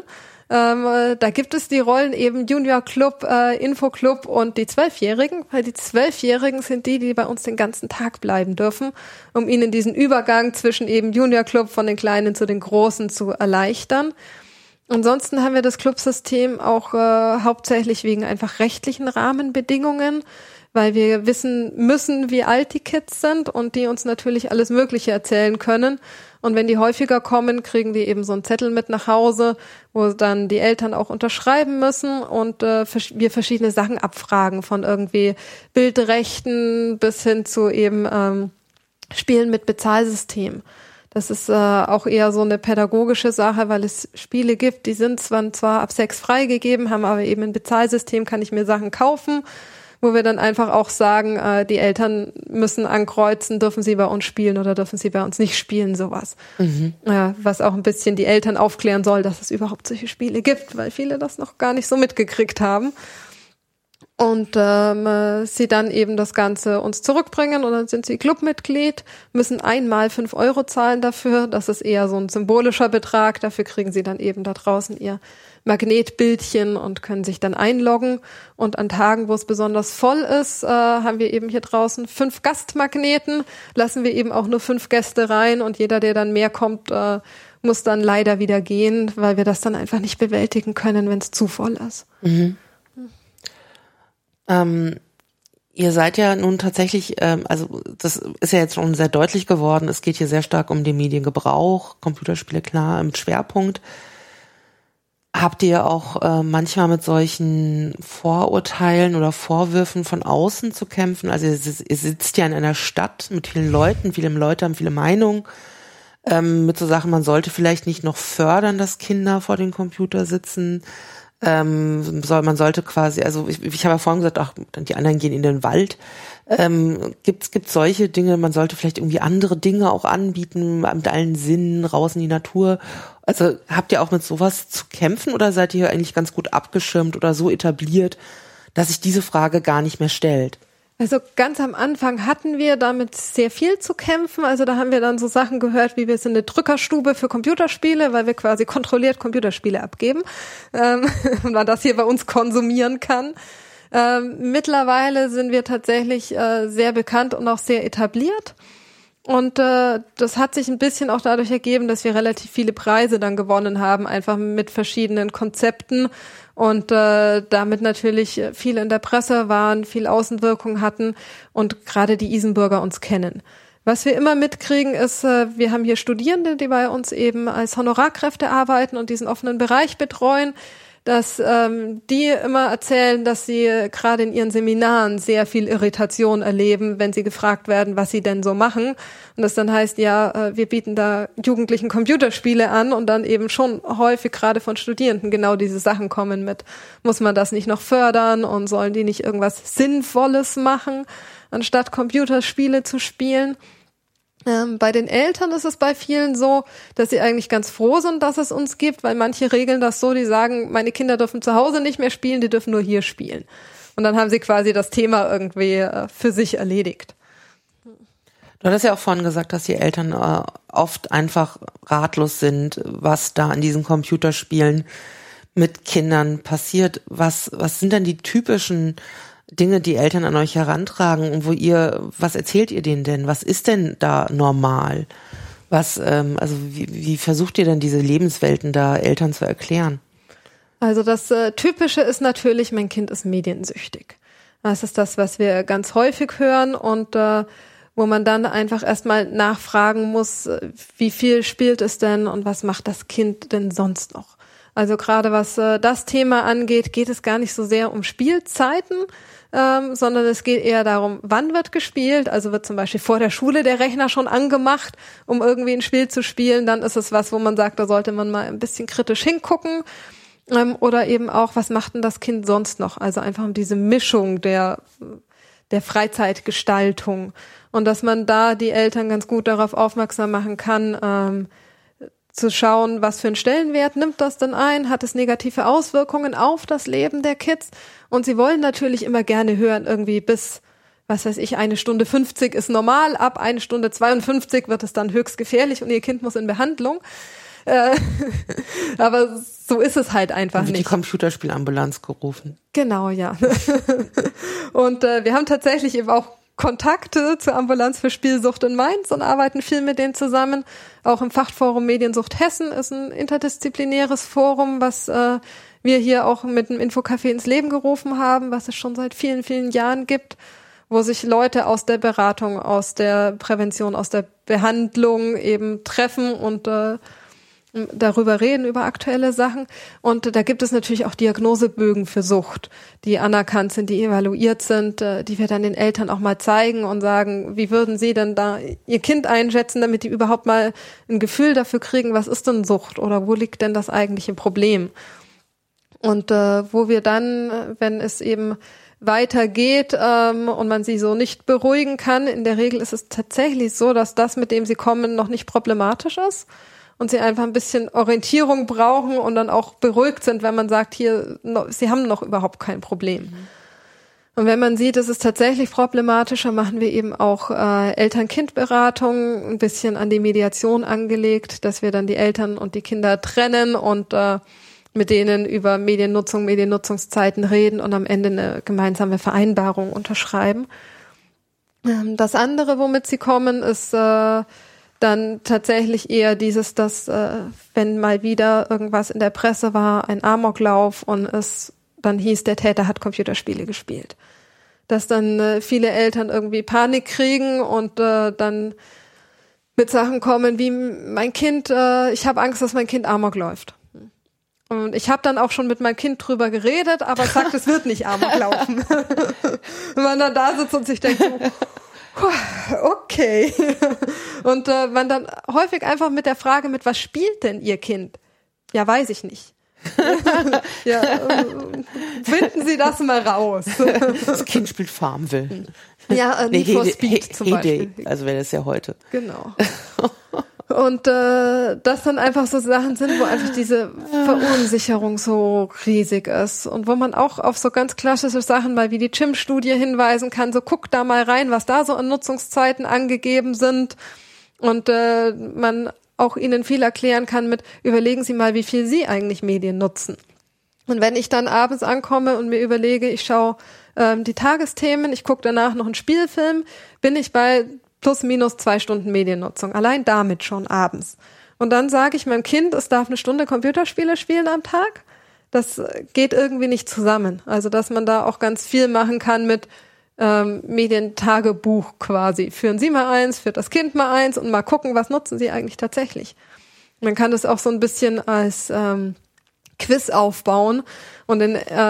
Da gibt es die Rollen eben Junior Club, Infoclub und die 12-Jährigen, weil die 12-Jährigen sind die bei uns den ganzen Tag bleiben dürfen, um ihnen diesen Übergang zwischen eben Junior Club von den Kleinen zu den Großen zu erleichtern. Ansonsten haben wir das Clubsystem auch hauptsächlich wegen einfach rechtlichen Rahmenbedingungen, weil wir wissen müssen, wie alt die Kids sind und die uns natürlich alles Mögliche erzählen können. Und wenn die häufiger kommen, kriegen die eben so einen Zettel mit nach Hause, wo dann die Eltern auch unterschreiben müssen und wir verschiedene Sachen abfragen, von irgendwie Bildrechten bis hin zu eben Spielen mit Bezahlsystem. Das ist auch eher so eine pädagogische Sache, weil es Spiele gibt, die sind zwar ab 6 freigegeben, haben aber eben ein Bezahlsystem, kann ich mir Sachen kaufen, wo wir dann einfach auch sagen, die Eltern müssen ankreuzen, dürfen sie bei uns spielen oder dürfen sie bei uns nicht spielen, sowas. Was auch ein bisschen die Eltern aufklären soll, dass es überhaupt solche Spiele gibt, weil viele das noch gar nicht so mitgekriegt haben. Und sie dann eben das Ganze uns zurückbringen und dann sind sie Clubmitglied, müssen einmal 5 € zahlen dafür. Das ist eher so ein symbolischer Betrag. Dafür kriegen sie dann eben da draußen ihr Magnetbildchen und können sich dann einloggen. Und an Tagen, wo es besonders voll ist, haben wir eben hier draußen 5 Gastmagneten, lassen wir eben auch nur 5 Gäste rein und jeder, der dann mehr kommt, muss dann leider wieder gehen, weil wir das dann einfach nicht bewältigen können, wenn es zu voll ist. Mhm. Ihr seid ja nun tatsächlich, also das ist ja jetzt schon sehr deutlich geworden, es geht hier sehr stark um den Mediengebrauch, Computerspiele klar im Schwerpunkt. Habt ihr auch manchmal mit solchen Vorurteilen oder Vorwürfen von außen zu kämpfen? Also ihr sitzt ja in einer Stadt mit vielen Leuten, viele Leute haben viele Meinungen, mit so Sachen, man sollte vielleicht nicht noch fördern, dass Kinder vor dem Computer sitzen. Man sollte quasi, also ich habe ja vorhin gesagt, ach, die anderen gehen in den Wald. Gibt's solche Dinge, man sollte vielleicht irgendwie andere Dinge auch anbieten, mit allen Sinnen, raus in die Natur. Also habt ihr auch mit sowas zu kämpfen oder seid ihr eigentlich ganz gut abgeschirmt oder so etabliert, dass sich diese Frage gar nicht mehr stellt? Also ganz am Anfang hatten wir damit sehr viel zu kämpfen. Also da haben wir dann so Sachen gehört, wie wir sind eine Drückerstube für Computerspiele, weil wir quasi kontrolliert Computerspiele abgeben und man das hier bei uns konsumieren kann. Mittlerweile sind wir tatsächlich sehr bekannt und auch sehr etabliert. Und das hat sich ein bisschen auch dadurch ergeben, dass wir relativ viele Preise dann gewonnen haben, einfach mit verschiedenen Konzepten und damit natürlich viel in der Presse waren, viel Außenwirkung hatten und gerade die Isenburger uns kennen. Was wir immer mitkriegen ist, wir haben hier Studierende, die bei uns eben als Honorarkräfte arbeiten und diesen offenen Bereich betreuen, dass die immer erzählen, dass sie gerade in ihren Seminaren sehr viel Irritation erleben, wenn sie gefragt werden, was sie denn so machen. Und das dann heißt, ja, wir bieten da Jugendlichen Computerspiele an und dann eben schon häufig gerade von Studierenden genau diese Sachen kommen mit, muss man das nicht noch fördern und sollen die nicht irgendwas Sinnvolles machen, anstatt Computerspiele zu spielen? Bei den Eltern ist es bei vielen so, dass sie eigentlich ganz froh sind, dass es uns gibt, weil manche regeln das so, die sagen, meine Kinder dürfen zu Hause nicht mehr spielen, die dürfen nur hier spielen. Und dann haben sie quasi das Thema irgendwie für sich erledigt. Du hattest ja auch vorhin gesagt, dass die Eltern oft einfach ratlos sind, was da an diesen Computerspielen mit Kindern passiert. Was sind denn die typischen Dinge, die Eltern an euch herantragen und was erzählt ihr denen denn? Was ist denn da normal? Wie versucht ihr denn diese Lebenswelten da Eltern zu erklären? Also das Typische ist natürlich, mein Kind ist mediensüchtig. Das ist das, was wir ganz häufig hören und wo man dann einfach erstmal nachfragen muss, wie viel spielt es denn und was macht das Kind denn sonst noch? Also gerade was das Thema angeht, geht es gar nicht so sehr um Spielzeiten, sondern es geht eher darum, wann wird gespielt. Also wird zum Beispiel vor der Schule der Rechner schon angemacht, um irgendwie ein Spiel zu spielen. Dann ist es was, wo man sagt, da sollte man mal ein bisschen kritisch hingucken. Oder eben auch, was macht denn das Kind sonst noch? Also einfach um diese Mischung der Freizeitgestaltung. Und dass man da die Eltern ganz gut darauf aufmerksam machen kann, zu schauen, was für einen Stellenwert nimmt das denn ein? Hat es negative Auswirkungen auf das Leben der Kids? Und sie wollen natürlich immer gerne hören, irgendwie bis, 1:50 ist normal, ab 1:52 wird es dann höchst gefährlich und ihr Kind muss in Behandlung. Aber so ist es halt einfach nicht. Die Computerspielambulanz gerufen. Genau, ja. Und wir haben tatsächlich eben auch Kontakte zur Ambulanz für Spielsucht in Mainz und arbeiten viel mit denen zusammen. Auch im Fachforum Mediensucht Hessen ist ein interdisziplinäres Forum, was wir hier auch mit dem Infocafé ins Leben gerufen haben, was es schon seit vielen, vielen Jahren gibt, wo sich Leute aus der Beratung, aus der Prävention, aus der Behandlung eben treffen und darüber reden, über aktuelle Sachen. Und da gibt es natürlich auch Diagnosebögen für Sucht, die anerkannt sind, die evaluiert sind, die wir dann den Eltern auch mal zeigen und sagen, wie würden sie denn da ihr Kind einschätzen, damit die überhaupt mal ein Gefühl dafür kriegen, was ist denn Sucht oder wo liegt denn das eigentliche Problem? Und wo wir dann, wenn es eben weitergeht und man sie so nicht beruhigen kann, in der Regel ist es tatsächlich so, dass das, mit dem sie kommen, noch nicht problematisch ist. Und sie einfach ein bisschen Orientierung brauchen und dann auch beruhigt sind, wenn man sagt, hier, sie haben noch überhaupt kein Problem. Mhm. Und wenn man sieht, es ist tatsächlich problematischer, machen wir eben auch Eltern-Kind-Beratung, ein bisschen an die Mediation angelegt, dass wir dann die Eltern und die Kinder trennen und mit denen über Mediennutzung, Mediennutzungszeiten reden und am Ende eine gemeinsame Vereinbarung unterschreiben. Das andere, womit sie kommen, ist dann tatsächlich eher dieses, dass wenn mal wieder irgendwas in der Presse war, ein Amoklauf und es dann hieß, der Täter hat Computerspiele gespielt. Dass dann viele Eltern irgendwie Panik kriegen und dann mit Sachen kommen wie mein Kind, ich habe Angst, dass mein Kind Amok läuft. Und ich habe dann auch schon mit meinem Kind drüber geredet, aber sagt, es wird nicht Amok laufen. Wenn man dann da sitzt und sich denkt, so, okay. Und man dann häufig einfach mit der Frage, mit was spielt denn Ihr Kind? Ja, weiß ich nicht. Ja, finden Sie das mal raus. Das Kind spielt Farmville. Ja, Need for Speed zum Beispiel. Also wäre das ja heute. Genau. Und das dann einfach so Sachen sind, wo einfach diese Verunsicherung so riesig ist und wo man auch auf so ganz klassische Sachen mal wie die CHIM-Studie hinweisen kann, so guckt da mal rein, was da so an Nutzungszeiten angegeben sind und man auch Ihnen viel erklären kann mit, überlegen Sie mal, wie viel Sie eigentlich Medien nutzen. Und wenn ich dann abends ankomme und mir überlege, ich schaue die Tagesthemen, ich gucke danach noch einen Spielfilm, bin ich bei plus minus 2 Stunden Mediennutzung. Allein damit schon abends. Und dann sage ich meinem Kind, es darf 1 Stunde Computerspiele spielen am Tag. Das geht irgendwie nicht zusammen. Also, dass man da auch ganz viel machen kann mit Medientagebuch quasi. Führen Sie mal eins, führt das Kind mal eins und mal gucken, was nutzen Sie eigentlich tatsächlich. Man kann das auch so ein bisschen als Quiz aufbauen und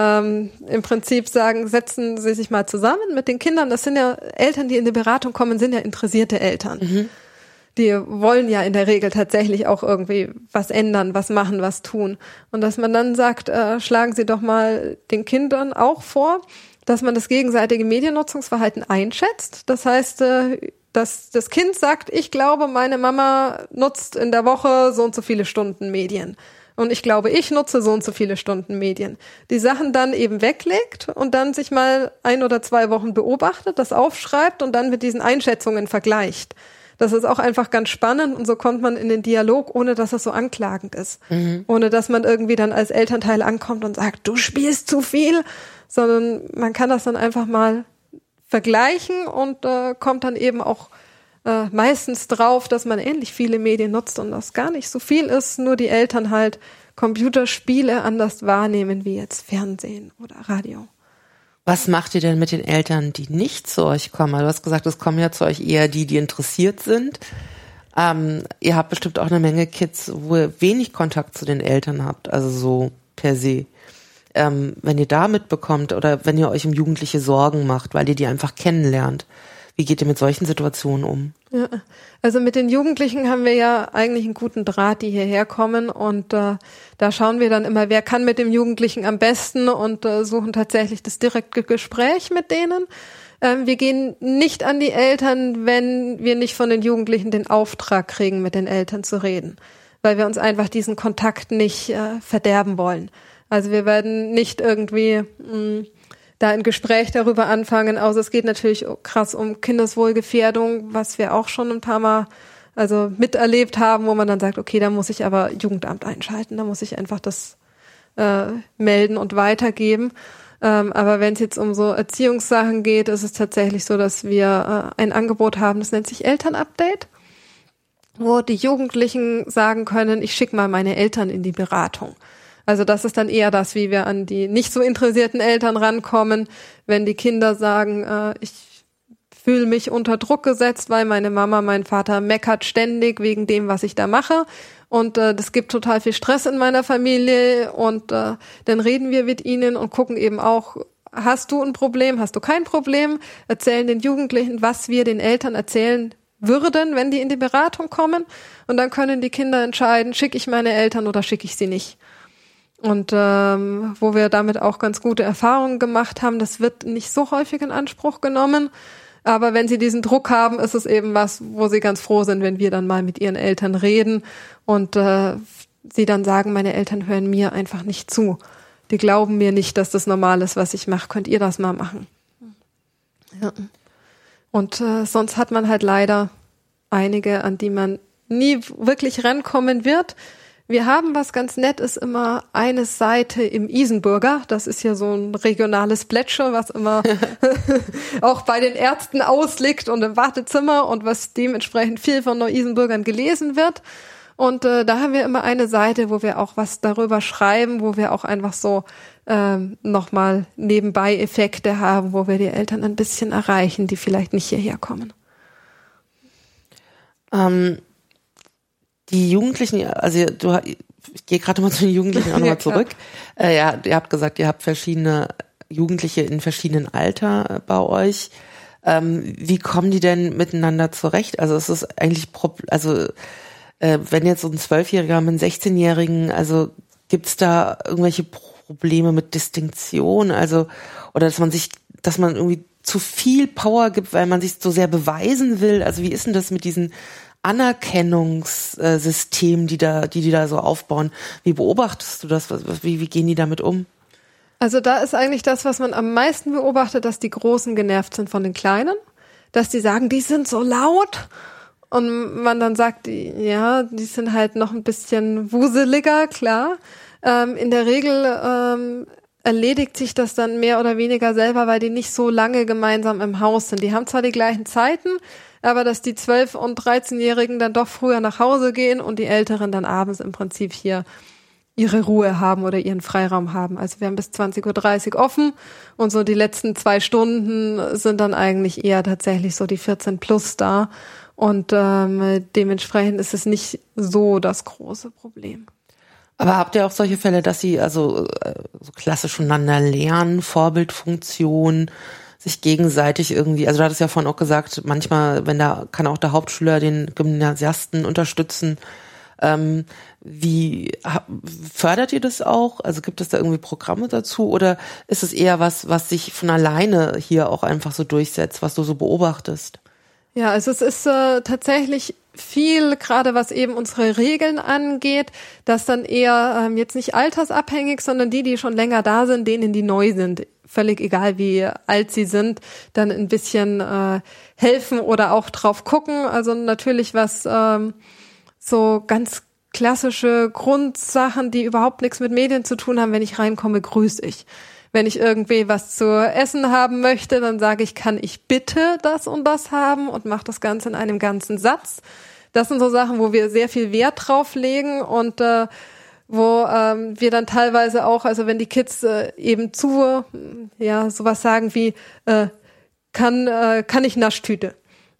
im Prinzip sagen, setzen Sie sich mal zusammen mit den Kindern. Das sind ja Eltern, die in die Beratung kommen, sind ja interessierte Eltern. Mhm. Die wollen ja in der Regel tatsächlich auch irgendwie was ändern, was machen, was tun. Und dass man dann sagt, schlagen Sie doch mal den Kindern auch vor, dass man das gegenseitige Mediennutzungsverhalten einschätzt. Das heißt, dass das Kind sagt, ich glaube, meine Mama nutzt in der Woche so und so viele Stunden Medien. Und ich glaube, ich nutze so und so viele Stunden Medien. Die Sachen dann eben weglegt und dann sich mal 1 oder 2 Wochen beobachtet, das aufschreibt und dann mit diesen Einschätzungen vergleicht. Das ist auch einfach ganz spannend und so kommt man in den Dialog, ohne dass es so anklagend ist. Mhm. Ohne dass man irgendwie dann als Elternteil ankommt und sagt, du spielst zu viel, sondern man kann das dann einfach mal vergleichen und kommt dann eben auch meistens drauf, dass man ähnlich viele Medien nutzt und das gar nicht so viel ist, nur die Eltern halt Computerspiele anders wahrnehmen wie jetzt Fernsehen oder Radio. Was macht ihr denn mit den Eltern, die nicht zu euch kommen? Du hast gesagt, es kommen ja zu euch eher die interessiert sind. Ihr habt bestimmt auch eine Menge Kids, wo ihr wenig Kontakt zu den Eltern habt, also so per se. Wenn ihr da mitbekommt oder wenn ihr euch um Jugendliche Sorgen macht, weil ihr die einfach kennenlernt, wie geht ihr mit solchen Situationen um? Ja, also mit den Jugendlichen haben wir ja eigentlich einen guten Draht, die hierher kommen und da schauen wir dann immer, wer kann mit dem Jugendlichen am besten und suchen tatsächlich das direkte Gespräch mit denen. Wir gehen nicht an die Eltern, wenn wir nicht von den Jugendlichen den Auftrag kriegen, mit den Eltern zu reden, weil wir uns einfach diesen Kontakt nicht verderben wollen. Also wir werden nicht irgendwie da ein Gespräch darüber anfangen, außer es geht natürlich krass um Kindeswohlgefährdung, was wir auch schon ein paar Mal also miterlebt haben, wo man dann sagt, okay, da muss ich aber Jugendamt einschalten, da muss ich einfach das melden und weitergeben. Aber wenn es jetzt um so Erziehungssachen geht, ist es tatsächlich so, dass wir ein Angebot haben, das nennt sich Elternupdate, wo die Jugendlichen sagen können, ich schicke mal meine Eltern in die Beratung. Also das ist dann eher das, wie wir an die nicht so interessierten Eltern rankommen, wenn die Kinder sagen, ich fühle mich unter Druck gesetzt, weil meine Mama, mein Vater meckert ständig wegen dem, was ich da mache und das gibt total viel Stress in meiner Familie und dann reden wir mit ihnen und gucken eben auch, hast du ein Problem, hast du kein Problem, erzählen den Jugendlichen, was wir den Eltern erzählen würden, wenn die in die Beratung kommen und dann können die Kinder entscheiden, schicke ich meine Eltern oder schicke ich sie nicht. Und wo wir damit auch ganz gute Erfahrungen gemacht haben, das wird nicht so häufig in Anspruch genommen, aber wenn sie diesen Druck haben, ist es eben was, wo sie ganz froh sind, wenn wir dann mal mit ihren Eltern reden und sie dann sagen, meine Eltern hören mir einfach nicht zu. Die glauben mir nicht, dass das normal ist, was ich mache. Könnt ihr das mal machen? Ja. Und sonst hat man halt leider einige, an die man nie wirklich rankommen wird. Wir haben, was ganz nett ist, immer eine Seite im Isenburger. Das ist ja so ein regionales Plätscher, was immer auch bei den Ärzten ausliegt und im Wartezimmer und was dementsprechend viel von Neu-Isenburgern gelesen wird. Und da haben wir immer eine Seite, wo wir auch was darüber schreiben, wo wir auch einfach so nochmal nebenbei Effekte haben, wo wir die Eltern ein bisschen erreichen, die vielleicht nicht hierher kommen. Die Jugendlichen, also ich gehe gerade mal zu den Jugendlichen auch nochmal zurück. Ihr habt gesagt, ihr habt verschiedene Jugendliche in verschiedenen Alter bei euch. Wie kommen die denn miteinander zurecht? Also es ist eigentlich, wenn jetzt so ein 12-Jähriger mit einem 16-Jährigen, also gibt's da irgendwelche Probleme mit Distinktion? Also, oder dass man irgendwie zu viel Power gibt, weil man sich so sehr beweisen will? Also wie ist denn das mit diesen Anerkennungssystemen, die da so aufbauen? Wie beobachtest du das? Wie gehen die damit um? Also da ist eigentlich das, was man am meisten beobachtet, dass die Großen genervt sind von den Kleinen, dass die sagen, die sind so laut. Und man dann sagt, ja, die sind halt noch ein bisschen wuseliger, klar. In der Regel erledigt sich das dann mehr oder weniger selber, weil die nicht so lange gemeinsam im Haus sind. Die haben zwar die gleichen Zeiten, aber dass die 12- und 13-Jährigen dann doch früher nach Hause gehen und die Älteren dann abends im Prinzip hier ihre Ruhe haben oder ihren Freiraum haben. Also wir haben bis 20:30 Uhr offen und so die letzten 2 Stunden sind dann eigentlich eher tatsächlich so die 14 plus da. Und dementsprechend ist es nicht so das große Problem. Aber habt ihr auch solche Fälle, dass sie so klassisch voneinander lernen, Vorbildfunktion, sich gegenseitig irgendwie, also du hattest ja vorhin auch gesagt, manchmal, kann auch der Hauptschüler den Gymnasiasten unterstützen. Wie fördert ihr das auch? Also gibt es da irgendwie Programme dazu oder ist es eher was sich von alleine hier auch einfach so durchsetzt, was du so beobachtest? Ja, also es ist tatsächlich viel, gerade was eben unsere Regeln angeht, dass dann eher jetzt nicht altersabhängig, sondern die schon länger da sind, denen die neu sind, völlig egal wie alt sie sind, dann ein bisschen helfen oder auch drauf gucken. Also natürlich was so ganz klassische Grundsachen, die überhaupt nichts mit Medien zu tun haben. Wenn ich reinkomme, grüße ich. Wenn ich irgendwie was zu essen haben möchte, dann sage ich, kann ich bitte das und das haben und mache das Ganze in einem ganzen Satz. Das sind so Sachen, wo wir sehr viel Wert drauf legen und wo wir dann teilweise auch, also wenn die Kids eben sowas sagen wie kann ich Naschtüte.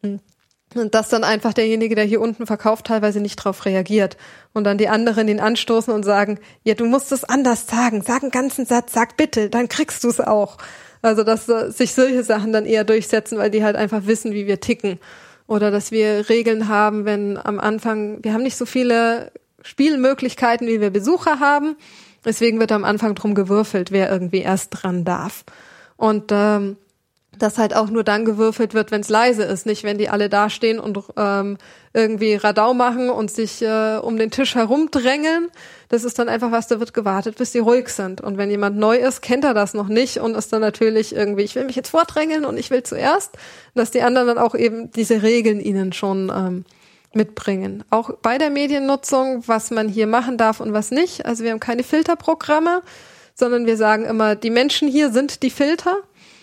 Und dass dann einfach derjenige, der hier unten verkauft, teilweise nicht drauf reagiert. Und dann die anderen ihn anstoßen und sagen, ja, du musst es anders sagen. Sag einen ganzen Satz, sag bitte, dann kriegst du es auch. Also, dass sich solche Sachen dann eher durchsetzen, weil die halt einfach wissen, wie wir ticken. Oder dass wir Regeln haben, wenn am Anfang, wir haben nicht so viele Spielmöglichkeiten, wie wir Besucher haben. Deswegen wird am Anfang drum gewürfelt, wer irgendwie erst dran darf. Und dass halt auch nur dann gewürfelt wird, wenn es leise ist, nicht wenn die alle dastehen und irgendwie Radau machen und sich um den Tisch herumdrängeln. Das ist dann einfach was, da wird gewartet, bis die ruhig sind. Und wenn jemand neu ist, kennt er das noch nicht und ist dann natürlich irgendwie, ich will mich jetzt vordrängeln und ich will zuerst, dass die anderen dann auch eben diese Regeln ihnen schon mitbringen. Auch bei der Mediennutzung, was man hier machen darf und was nicht. Also wir haben keine Filterprogramme, sondern wir sagen immer, die Menschen hier sind die Filter.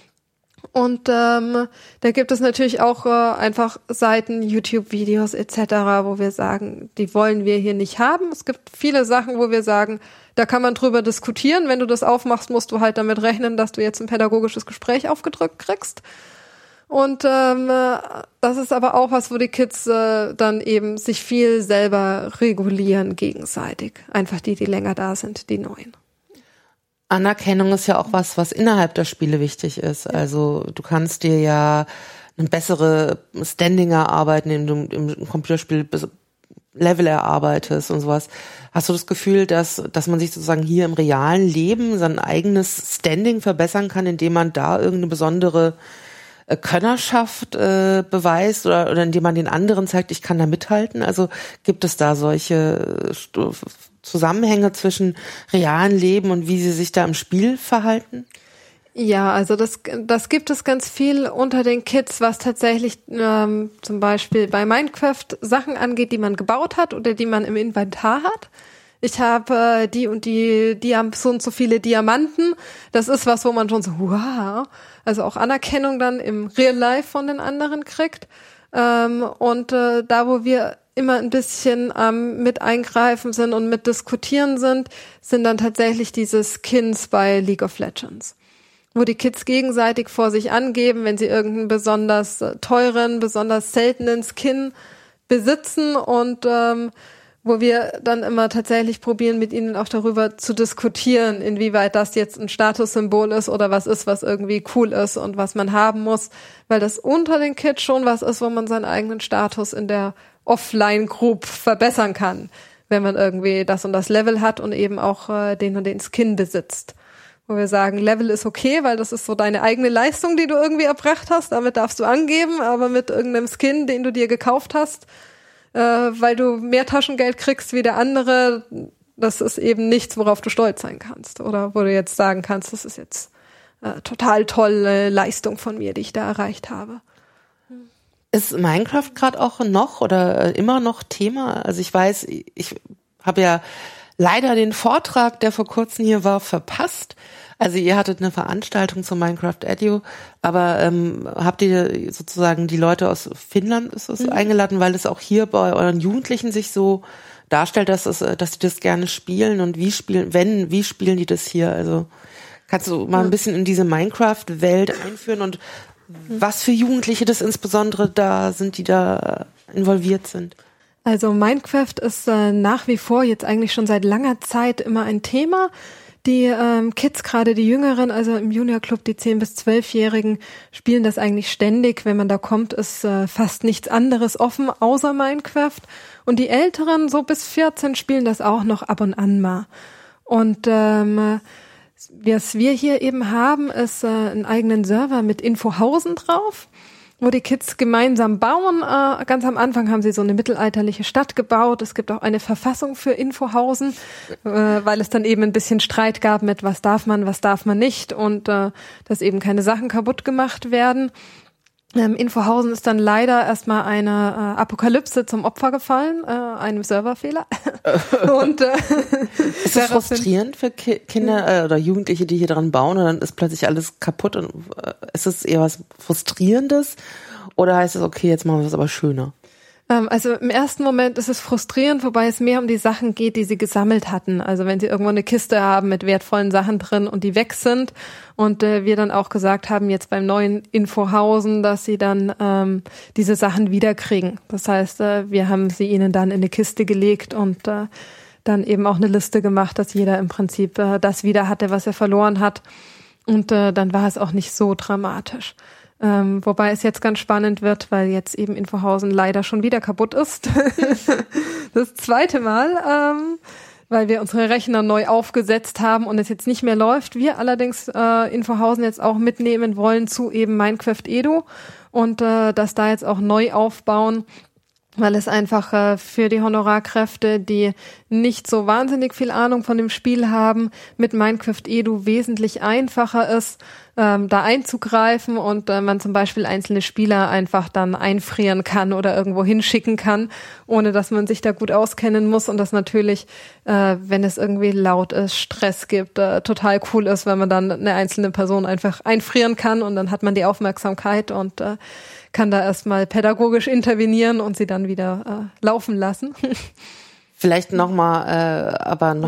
Und da gibt es natürlich auch einfach Seiten, YouTube-Videos etc., wo wir sagen, die wollen wir hier nicht haben. Es gibt viele Sachen, wo wir sagen, da kann man drüber diskutieren. Wenn du das aufmachst, musst du halt damit rechnen, dass du jetzt ein pädagogisches Gespräch aufgedrückt kriegst. Und das ist aber auch was, wo die Kids dann eben sich viel selber regulieren gegenseitig. Einfach die länger da sind, die Neuen. Anerkennung ist ja auch was innerhalb der Spiele wichtig ist. Also du kannst dir ja eine bessere Standing erarbeiten, indem du im Computerspiel Level erarbeitest und sowas. Hast du das Gefühl, dass man sich sozusagen hier im realen Leben sein eigenes Standing verbessern kann, indem man da irgendeine besondere Könnerschaft beweist oder indem man den anderen zeigt, ich kann da mithalten? Also gibt es da solche Zusammenhänge zwischen realen Leben und wie sie sich da im Spiel verhalten? Ja, also das gibt es ganz viel unter den Kids, was tatsächlich zum Beispiel bei Minecraft Sachen angeht, die man gebaut hat oder die man im Inventar hat. ich habe die und die haben so und so viele Diamanten. Das ist was, wo man schon so, wow, also auch Anerkennung dann im Real Life von den anderen kriegt. Und da, wo wir immer ein bisschen mit eingreifen sind und mit diskutieren sind dann tatsächlich diese Skins bei League of Legends, wo die Kids gegenseitig vor sich angeben, wenn sie irgendeinen besonders teuren, besonders seltenen Skin besitzen und wo wir dann immer tatsächlich probieren, mit ihnen auch darüber zu diskutieren, inwieweit das jetzt ein Statussymbol ist oder was ist, was irgendwie cool ist und was man haben muss, weil das unter den Kids schon was ist, wo man seinen eigenen Status in der Offline-Group verbessern kann, wenn man irgendwie das und das Level hat und eben auch den und den Skin besitzt. Wo wir sagen, Level ist okay, weil das ist so deine eigene Leistung, die du irgendwie erbracht hast, damit darfst du angeben, aber mit irgendeinem Skin, den du dir gekauft hast, weil du mehr Taschengeld kriegst wie der andere, das ist eben nichts, worauf du stolz sein kannst oder wo du jetzt sagen kannst, das ist jetzt total tolle Leistung von mir, die ich da erreicht habe. Ist Minecraft gerade auch noch oder immer noch Thema? Also ich weiß, ich habe ja leider den Vortrag, der vor kurzem hier war, verpasst. Also ihr hattet eine Veranstaltung zu Minecraft Edu, aber habt ihr sozusagen die Leute aus Finnland ist das eingeladen, weil es auch hier bei euren Jugendlichen sich so darstellt, dass sie das gerne spielen und wie spielen die das hier? Also kannst du mal ein bisschen in diese Minecraft-Welt einführen und was für Jugendliche das insbesondere da sind, die da involviert sind? Also Minecraft ist nach wie vor jetzt eigentlich schon seit langer Zeit immer ein Thema. Die Kids, gerade die Jüngeren, also im Junior Club, die 10- bis 12-Jährigen, spielen das eigentlich ständig. Wenn man da kommt, ist fast nichts anderes offen, außer Minecraft. Und die Älteren, so bis 14, spielen das auch noch ab und an mal. Und was wir hier eben haben, ist einen eigenen Server mit Infohausen drauf, wo die Kids gemeinsam bauen. Ganz am Anfang haben sie so eine mittelalterliche Stadt gebaut. Es gibt auch eine Verfassung für Infohausen, weil es dann eben ein bisschen Streit gab mit was darf man nicht und dass eben keine Sachen kaputt gemacht werden. Infohausen ist dann leider erstmal eine Apokalypse zum Opfer gefallen, einem Serverfehler. Und ist das frustrierend für Kinder oder Jugendliche, die hier dran bauen und dann ist plötzlich alles kaputt und ist es eher was Frustrierendes oder heißt es, okay, jetzt machen wir es aber schöner? Also im ersten Moment ist es frustrierend, wobei es mehr um die Sachen geht, die sie gesammelt hatten. Also wenn sie irgendwo eine Kiste haben mit wertvollen Sachen drin und die weg sind und wir dann auch gesagt haben, jetzt beim neuen Infohausen, dass sie dann diese Sachen wiederkriegen. Das heißt, wir haben sie ihnen dann in eine Kiste gelegt und dann eben auch eine Liste gemacht, dass jeder im Prinzip das wieder hatte, was er verloren hat. Und dann war es auch nicht so dramatisch. Wobei es jetzt ganz spannend wird, weil jetzt eben Infohausen leider schon wieder kaputt ist. Das zweite Mal, weil wir unsere Rechner neu aufgesetzt haben und es jetzt nicht mehr läuft. Wir allerdings Infohausen jetzt auch mitnehmen wollen zu eben Minecraft Edu und das da jetzt auch neu aufbauen, weil es einfach für die Honorarkräfte, die nicht so wahnsinnig viel Ahnung von dem Spiel haben, mit Minecraft Edu wesentlich einfacher ist, da einzugreifen und man zum Beispiel einzelne Spieler einfach dann einfrieren kann oder irgendwo hinschicken kann, ohne dass man sich da gut auskennen muss und das natürlich, wenn es irgendwie laut ist, Stress gibt, total cool ist, wenn man dann eine einzelne Person einfach einfrieren kann und dann hat man die Aufmerksamkeit und kann da erstmal pädagogisch intervenieren und sie dann wieder laufen lassen. Vielleicht nochmal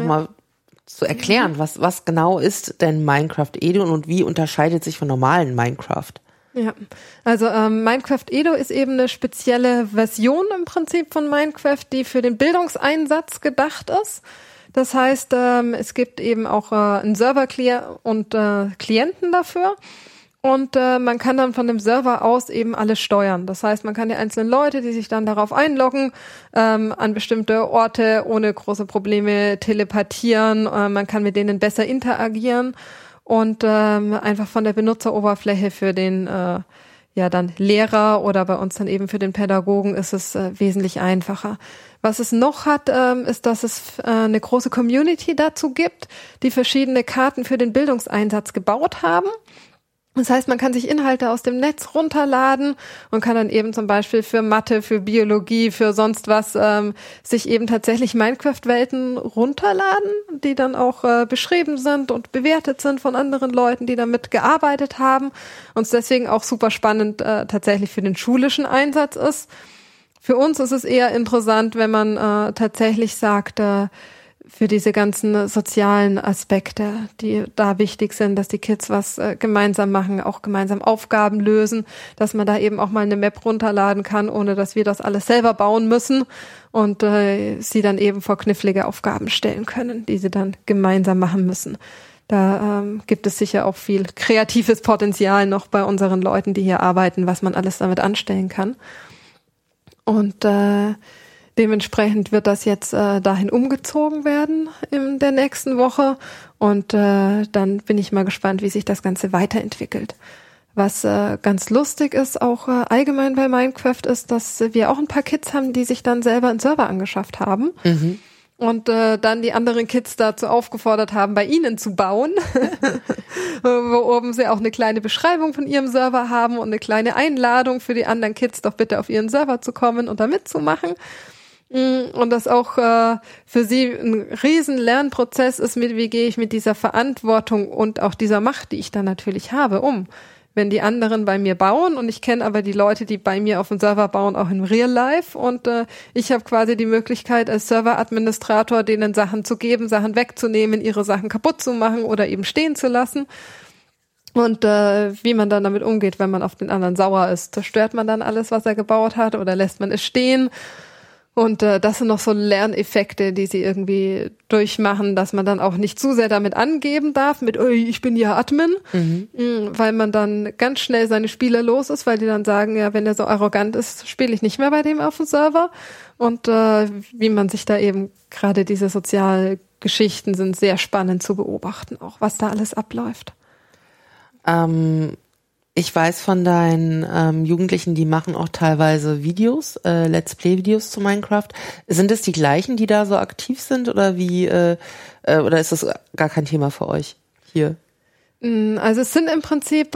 zu erklären, was genau ist denn Minecraft Edu und wie unterscheidet sich von normalen Minecraft? Ja, also Minecraft Edu ist eben eine spezielle Version im Prinzip von Minecraft, die für den Bildungseinsatz gedacht ist. Das heißt, es gibt eben auch einen Server und Klienten dafür. Und man kann dann von dem Server aus eben alles steuern. Das heißt, man kann die einzelnen Leute, die sich dann darauf einloggen, an bestimmte Orte ohne große Probleme telepathieren. Man kann mit denen besser interagieren und einfach von der Benutzeroberfläche für den dann Lehrer oder bei uns dann eben für den Pädagogen ist es wesentlich einfacher. Was es noch hat, ist, dass es eine große Community dazu gibt, die verschiedene Karten für den Bildungseinsatz gebaut haben. Das heißt, man kann sich Inhalte aus dem Netz runterladen und kann dann eben zum Beispiel für Mathe, für Biologie, für sonst was sich eben tatsächlich Minecraft-Welten runterladen, die dann auch beschrieben sind und bewertet sind von anderen Leuten, die damit gearbeitet haben und es deswegen auch super spannend tatsächlich für den schulischen Einsatz ist. Für uns ist es eher interessant, wenn man tatsächlich sagt, für diese ganzen sozialen Aspekte, die da wichtig sind, dass die Kids was gemeinsam machen, auch gemeinsam Aufgaben lösen, dass man da eben auch mal eine Map runterladen kann, ohne dass wir das alles selber bauen müssen und sie dann eben vor knifflige Aufgaben stellen können, die sie dann gemeinsam machen müssen. Da gibt es sicher auch viel kreatives Potenzial noch bei unseren Leuten, die hier arbeiten, was man alles damit anstellen kann. Und dementsprechend wird das jetzt dahin umgezogen werden in der nächsten Woche und dann bin ich mal gespannt, wie sich das Ganze weiterentwickelt. Was ganz lustig ist, auch allgemein bei Minecraft, ist, dass wir auch ein paar Kids haben, die sich dann selber einen Server angeschafft haben und dann die anderen Kids dazu aufgefordert haben, bei ihnen zu bauen, wo oben sie auch eine kleine Beschreibung von ihrem Server haben und eine kleine Einladung für die anderen Kids, doch bitte auf ihren Server zu kommen und da mitzumachen. Und das auch für sie ein riesen Lernprozess ist, wie gehe ich mit dieser Verantwortung und auch dieser Macht, die ich dann natürlich habe, um. Wenn die anderen bei mir bauen und ich kenne aber die Leute, die bei mir auf dem Server bauen, auch in Real Life und ich habe quasi die Möglichkeit als Serveradministrator denen Sachen zu geben, Sachen wegzunehmen, ihre Sachen kaputt zu machen oder eben stehen zu lassen. Und wie man dann damit umgeht, wenn man auf den anderen sauer ist. Zerstört man dann alles, was er gebaut hat oder lässt man es stehen? Und das sind noch so Lerneffekte, die sie irgendwie durchmachen, dass man dann auch nicht zu sehr damit angeben darf, mit ich bin ja Admin, weil man dann ganz schnell seine Spieler los ist, weil die dann sagen, ja, wenn er so arrogant ist, spiele ich nicht mehr bei dem auf dem Server. Und wie man sich da eben, gerade diese Sozialgeschichten sind sehr spannend zu beobachten, auch was da alles abläuft. Ich weiß von deinen Jugendlichen, die machen auch teilweise Videos, Let's Play-Videos zu Minecraft. Sind es die gleichen, die da so aktiv sind oder wie? Oder ist das gar kein Thema für euch hier? Also es sind im Prinzip,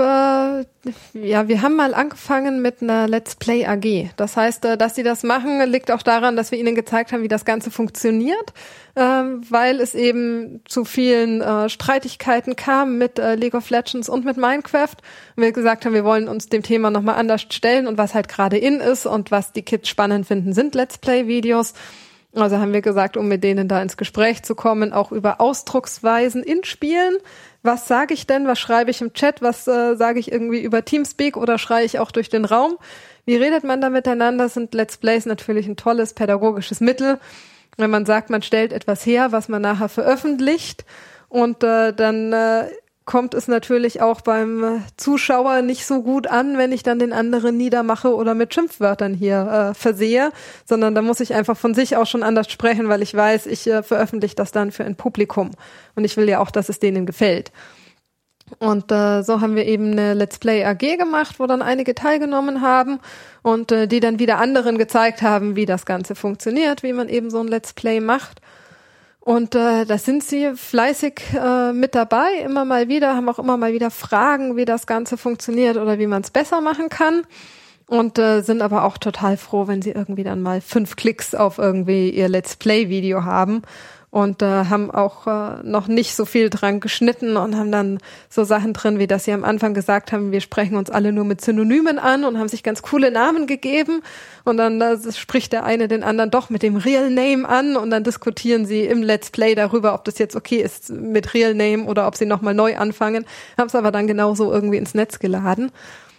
wir haben mal angefangen mit einer Let's Play AG. Das heißt, dass sie das machen, liegt auch daran, dass wir ihnen gezeigt haben, wie das Ganze funktioniert, weil es eben zu vielen Streitigkeiten kam mit League of Legends und mit Minecraft. Und wir gesagt haben, wir wollen uns dem Thema nochmal anders stellen und was halt gerade in ist und was die Kids spannend finden, sind Let's Play-Videos. Also haben wir gesagt, um mit denen da ins Gespräch zu kommen, auch über Ausdrucksweisen in Spielen. Was sage ich denn? Was schreibe ich im Chat? Was sage ich irgendwie über Teamspeak oder schreie ich auch durch den Raum? Wie redet man da miteinander? Sind Let's Plays natürlich ein tolles pädagogisches Mittel. Wenn man sagt, man stellt etwas her, was man nachher veröffentlicht und dann kommt es natürlich auch beim Zuschauer nicht so gut an, wenn ich dann den anderen niedermache oder mit Schimpfwörtern hier versehe, sondern da muss ich einfach von sich aus schon anders sprechen, weil ich weiß, ich veröffentliche das dann für ein Publikum und ich will ja auch, dass es denen gefällt. Und so haben wir eben eine Let's Play AG gemacht, wo dann einige teilgenommen haben und die dann wieder anderen gezeigt haben, wie das Ganze funktioniert, wie man eben so ein Let's Play macht. Und da sind sie fleißig mit dabei, immer mal wieder, haben auch immer mal wieder Fragen, wie das Ganze funktioniert oder wie man es besser machen kann. Und sind aber auch total froh, wenn sie irgendwie dann mal 5 Klicks auf irgendwie ihr Let's Play-Video haben. Und haben auch noch nicht so viel dran geschnitten und haben dann so Sachen drin, wie dass sie am Anfang gesagt haben, wir sprechen uns alle nur mit Synonymen an und haben sich ganz coole Namen gegeben. Und dann spricht der eine den anderen doch mit dem Real Name an und dann diskutieren sie im Let's Play darüber, ob das jetzt okay ist mit Real Name oder ob sie nochmal neu anfangen. Haben es aber dann genauso irgendwie ins Netz geladen.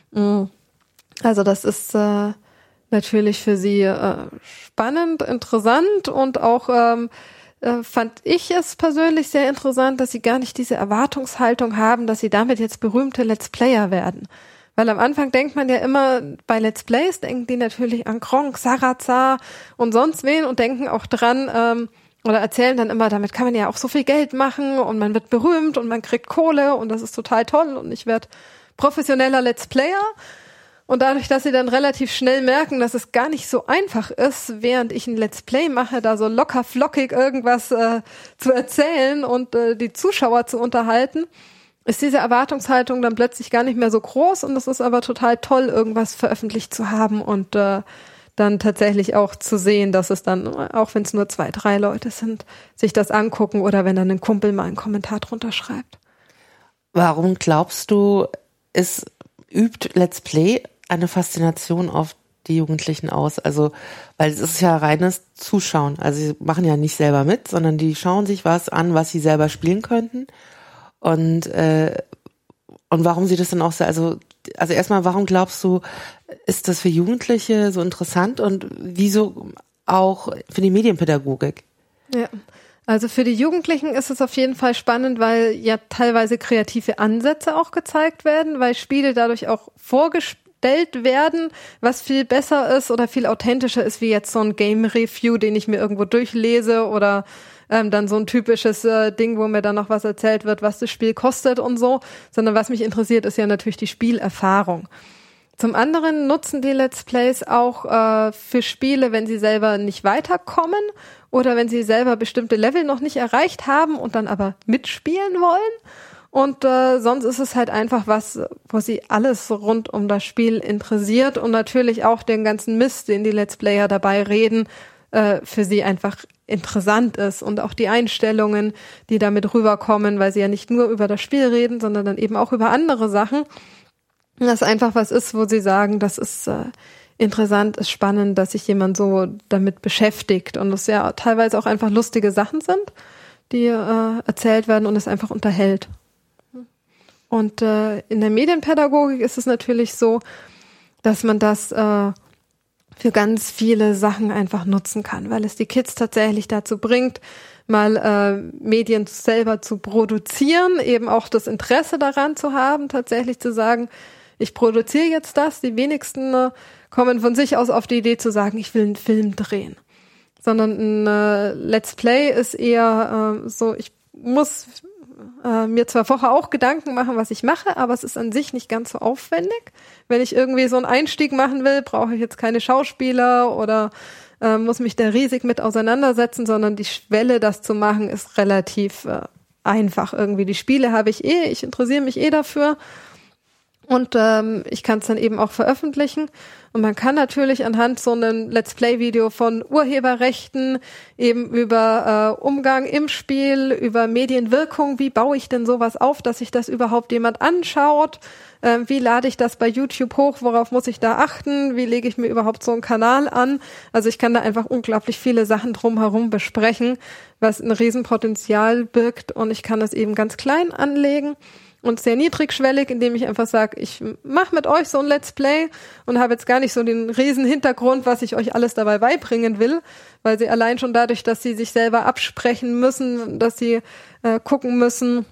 Also das ist natürlich für sie spannend, interessant und auch fand ich es persönlich sehr interessant, dass sie gar nicht diese Erwartungshaltung haben, dass sie damit jetzt berühmte Let's Player werden. Weil am Anfang denkt man ja immer, bei Let's Plays denken die natürlich an Gronkh, Sarazar und sonst wen und denken auch dran, oder erzählen dann immer, damit kann man ja auch so viel Geld machen und man wird berühmt und man kriegt Kohle und das ist total toll und ich werde professioneller Let's Player. Und dadurch, dass sie dann relativ schnell merken, dass es gar nicht so einfach ist, während ich ein Let's Play mache, da so locker flockig irgendwas zu erzählen und die Zuschauer zu unterhalten, ist diese Erwartungshaltung dann plötzlich gar nicht mehr so groß und es ist aber total toll, irgendwas veröffentlicht zu haben und dann tatsächlich auch zu sehen, dass es dann, auch wenn es nur 2, 3 Leute sind, sich das angucken oder wenn dann ein Kumpel mal einen Kommentar drunter schreibt. Warum glaubst du, übt Let's Play eine Faszination auf die Jugendlichen aus? Also, weil es ist ja reines Zuschauen. Also sie machen ja nicht selber mit, sondern die schauen sich was an, was sie selber spielen könnten. Und warum sie das dann auch so, also erstmal, warum glaubst du, ist das für Jugendliche so interessant und wieso auch für die Medienpädagogik? Ja, also für die Jugendlichen ist es auf jeden Fall spannend, weil ja teilweise kreative Ansätze auch gezeigt werden, weil Spiele dadurch auch vorgestellt werden, was viel besser ist oder viel authentischer ist, wie jetzt so ein Game Review, den ich mir irgendwo durchlese oder dann so ein typisches Ding, wo mir dann noch was erzählt wird, was das Spiel kostet und so, sondern was mich interessiert, ist ja natürlich die Spielerfahrung. Zum anderen nutzen die Let's Plays auch für Spiele, wenn sie selber nicht weiterkommen oder wenn sie selber bestimmte Level noch nicht erreicht haben und dann aber mitspielen wollen. Und sonst ist es halt einfach was, wo sie alles rund um das Spiel interessiert und natürlich auch den ganzen Mist, den die Let's Player dabei reden, für sie einfach interessant ist und auch die Einstellungen, die damit rüberkommen, weil sie ja nicht nur über das Spiel reden, sondern dann eben auch über andere Sachen. Das einfach was ist, wo sie sagen, das ist interessant, ist spannend, dass sich jemand so damit beschäftigt und es ja teilweise auch einfach lustige Sachen sind, die erzählt werden und es einfach unterhält. Und in der Medienpädagogik ist es natürlich so, dass man das für ganz viele Sachen einfach nutzen kann, weil es die Kids tatsächlich dazu bringt, mal Medien selber zu produzieren, eben auch das Interesse daran zu haben, tatsächlich zu sagen, ich produziere jetzt das. Die wenigsten kommen von sich aus auf die Idee zu sagen, ich will einen Film drehen. Sondern ein Let's Play ist eher so, ich muss mir zwar vorher auch Gedanken machen, was ich mache, aber es ist an sich nicht ganz so aufwendig. Wenn ich irgendwie so einen Einstieg machen will, brauche ich jetzt keine Schauspieler oder muss mich da riesig mit auseinandersetzen, sondern die Schwelle, das zu machen, ist relativ einfach irgendwie. Die Spiele habe ich ich interessiere mich dafür. Und ich kann es dann eben auch veröffentlichen. Und man kann natürlich anhand so einem Let's Play-Video von Urheberrechten eben über Umgang im Spiel, über Medienwirkung, wie baue ich denn sowas auf, dass sich das überhaupt jemand anschaut, wie lade ich das bei YouTube hoch, worauf muss ich da achten, wie lege ich mir überhaupt so einen Kanal an. Also ich kann da einfach unglaublich viele Sachen drumherum besprechen, was ein Riesenpotenzial birgt und ich kann das eben ganz klein anlegen. Und sehr niedrigschwellig, indem ich einfach sage, ich mache mit euch so ein Let's Play und habe jetzt gar nicht so den riesen Hintergrund, was ich euch alles dabei beibringen will, weil sie allein schon dadurch, dass sie sich selber absprechen müssen, dass sie gucken müssen,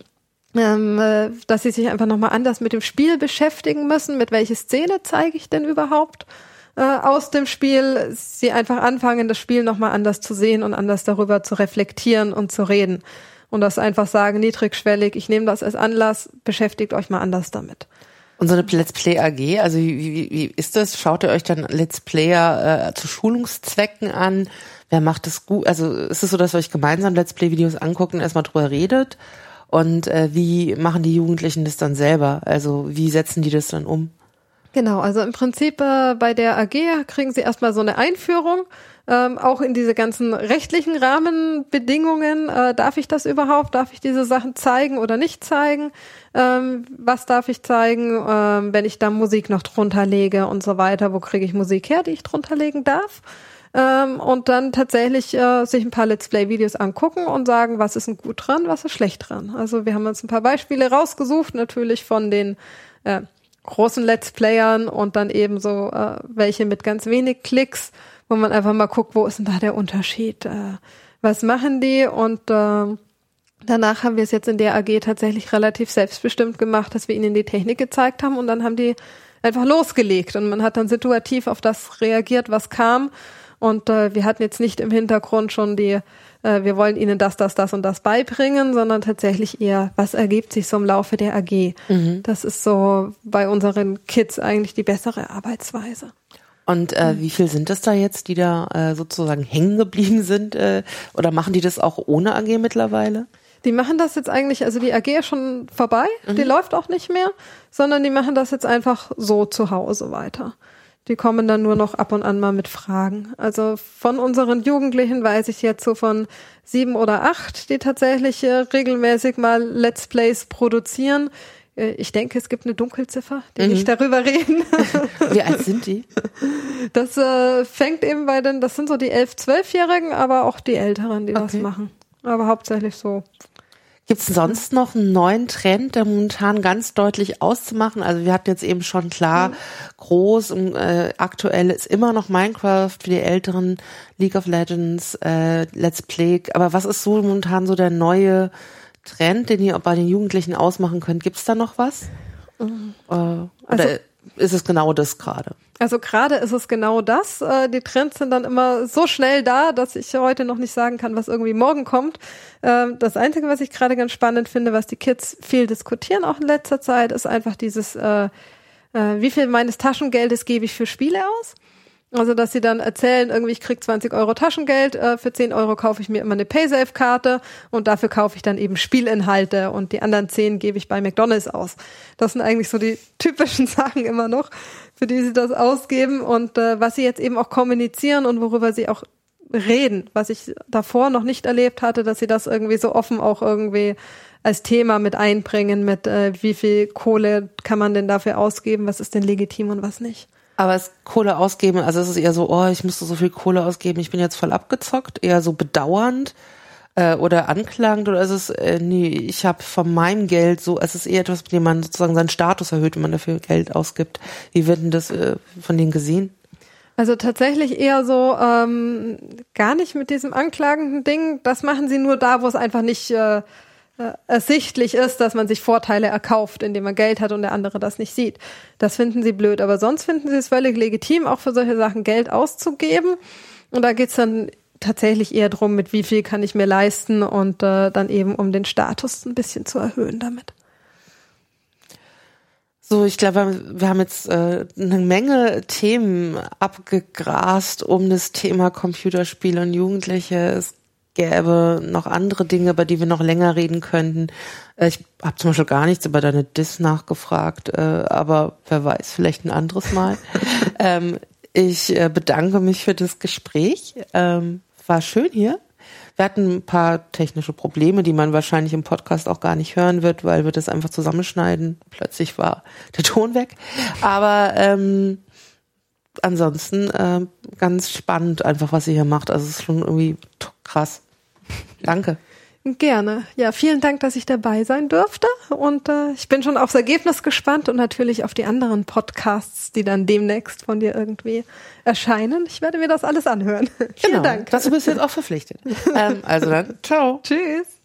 dass sie sich einfach nochmal anders mit dem Spiel beschäftigen müssen, mit welche Szene zeige ich denn überhaupt aus dem Spiel, sie einfach anfangen, das Spiel nochmal anders zu sehen und anders darüber zu reflektieren und zu reden. Und das einfach sagen, niedrigschwellig, ich nehme das als Anlass, beschäftigt euch mal anders damit. Und so eine Let's Play AG, also wie ist das? Schaut ihr euch dann Let's Player zu Schulungszwecken an? Wer macht das gut? Also ist es so, dass ihr euch gemeinsam Let's Play Videos anguckt und erstmal drüber redet? Und wie machen die Jugendlichen das dann selber? Also wie setzen die das dann um? Genau, also im Prinzip bei der AG kriegen sie erstmal so eine Einführung, auch in diese ganzen rechtlichen Rahmenbedingungen. Darf ich das überhaupt? Darf ich diese Sachen zeigen oder nicht zeigen? Was darf ich zeigen, wenn ich da Musik noch drunter lege und so weiter? Wo kriege ich Musik her, die ich drunter legen darf? Und dann tatsächlich sich ein paar Let's Play-Videos angucken und sagen, was ist denn gut dran, was ist schlecht dran. Also wir haben uns ein paar Beispiele rausgesucht, natürlich von den großen Let's Playern und dann eben so welche mit ganz wenig Klicks, wo man einfach mal guckt, wo ist denn da der Unterschied? Was machen die? Und danach haben wir es jetzt in der AG tatsächlich relativ selbstbestimmt gemacht, dass wir ihnen die Technik gezeigt haben und dann haben die einfach losgelegt und man hat dann situativ auf das reagiert, was kam. Und wir hatten jetzt nicht im Hintergrund schon wir wollen ihnen das und das beibringen, sondern tatsächlich eher, was ergibt sich so im Laufe der AG. Mhm. Das ist so bei unseren Kids eigentlich die bessere Arbeitsweise. Und wie viel sind das da jetzt, die da sozusagen hängen geblieben sind? Oder machen die das auch ohne AG mittlerweile? Die machen das jetzt eigentlich, also die AG ist schon vorbei, die läuft auch nicht mehr, sondern die machen das jetzt einfach so zu Hause weiter. Die kommen dann nur noch ab und an mal mit Fragen. Also von unseren Jugendlichen weiß ich jetzt so von 7 oder 8, die tatsächlich regelmäßig mal Let's Plays produzieren. Ich denke, es gibt eine Dunkelziffer, die nicht darüber reden. Wie alt sind die? Das fängt eben bei den, das sind so die 11-, 12-Jährigen, aber auch die Älteren, die das machen. Aber hauptsächlich so. Gibt es sonst noch einen neuen Trend, der momentan ganz deutlich auszumachen? Also wir hatten jetzt eben schon klar, groß und aktuell ist immer noch Minecraft für die Älteren, League of Legends, Let's Play. Aber was ist so momentan so der neue Trend, den ihr bei den Jugendlichen ausmachen könnt? Gibt es da noch was? Oder ist es genau das gerade? Also gerade ist es genau das. Die Trends sind dann immer so schnell da, dass ich heute noch nicht sagen kann, was irgendwie morgen kommt. Das Einzige, was ich gerade ganz spannend finde, was die Kids viel diskutieren, auch in letzter Zeit, ist einfach dieses, wie viel meines Taschengeldes gebe ich für Spiele aus? Also, dass sie dann erzählen, irgendwie, ich krieg 20 Euro Taschengeld, für 10 Euro kaufe ich mir immer eine Paysafe-Karte und dafür kaufe ich dann eben Spielinhalte und die anderen 10 gebe ich bei McDonald's aus. Das sind eigentlich so die typischen Sachen immer noch, für die sie das ausgeben und was sie jetzt eben auch kommunizieren und worüber sie auch reden, was ich davor noch nicht erlebt hatte, dass sie das irgendwie so offen auch irgendwie als Thema mit einbringen, mit wie viel Kohle kann man denn dafür ausgeben, was ist denn legitim und was nicht. Aber es Kohle ausgeben, also es ist eher so, ich musste so viel Kohle ausgeben, ich bin jetzt voll abgezockt, eher so bedauernd oder anklagend, oder ist es, nee, ich habe von meinem Geld so, es ist eher etwas, mit dem man sozusagen seinen Status erhöht, wenn man dafür Geld ausgibt. Wie wird denn das von denen gesehen? Also tatsächlich eher so gar nicht mit diesem anklagenden Ding, das machen sie nur da, wo es einfach nicht ersichtlich ist, dass man sich Vorteile erkauft, indem man Geld hat und der andere das nicht sieht. Das finden sie blöd, aber sonst finden sie es völlig legitim, auch für solche Sachen Geld auszugeben. Und da geht's dann tatsächlich eher drum, mit wie viel kann ich mir leisten und dann eben um den Status ein bisschen zu erhöhen damit. So, ich glaube, wir haben jetzt eine Menge Themen abgegrast um das Thema Computerspiele und Jugendliche. Es gäbe noch andere Dinge, über die wir noch länger reden könnten. Ich habe zum Beispiel gar nichts über deine Diss nachgefragt, aber wer weiß, vielleicht ein anderes Mal. Ich bedanke mich für das Gespräch. War schön hier. Wir hatten ein paar technische Probleme, die man wahrscheinlich im Podcast auch gar nicht hören wird, weil wir das einfach zusammenschneiden. Plötzlich war der Ton weg. Aber ansonsten ganz spannend einfach, was ihr hier macht. Also es ist schon irgendwie krass. Danke. Gerne. Ja, vielen Dank, dass ich dabei sein durfte. Und ich bin schon aufs Ergebnis gespannt und natürlich auf die anderen Podcasts, die dann demnächst von dir irgendwie erscheinen. Ich werde mir das alles anhören. Vielen Dank. Dazu bist du jetzt auch verpflichtet. Also dann, ciao. Tschüss.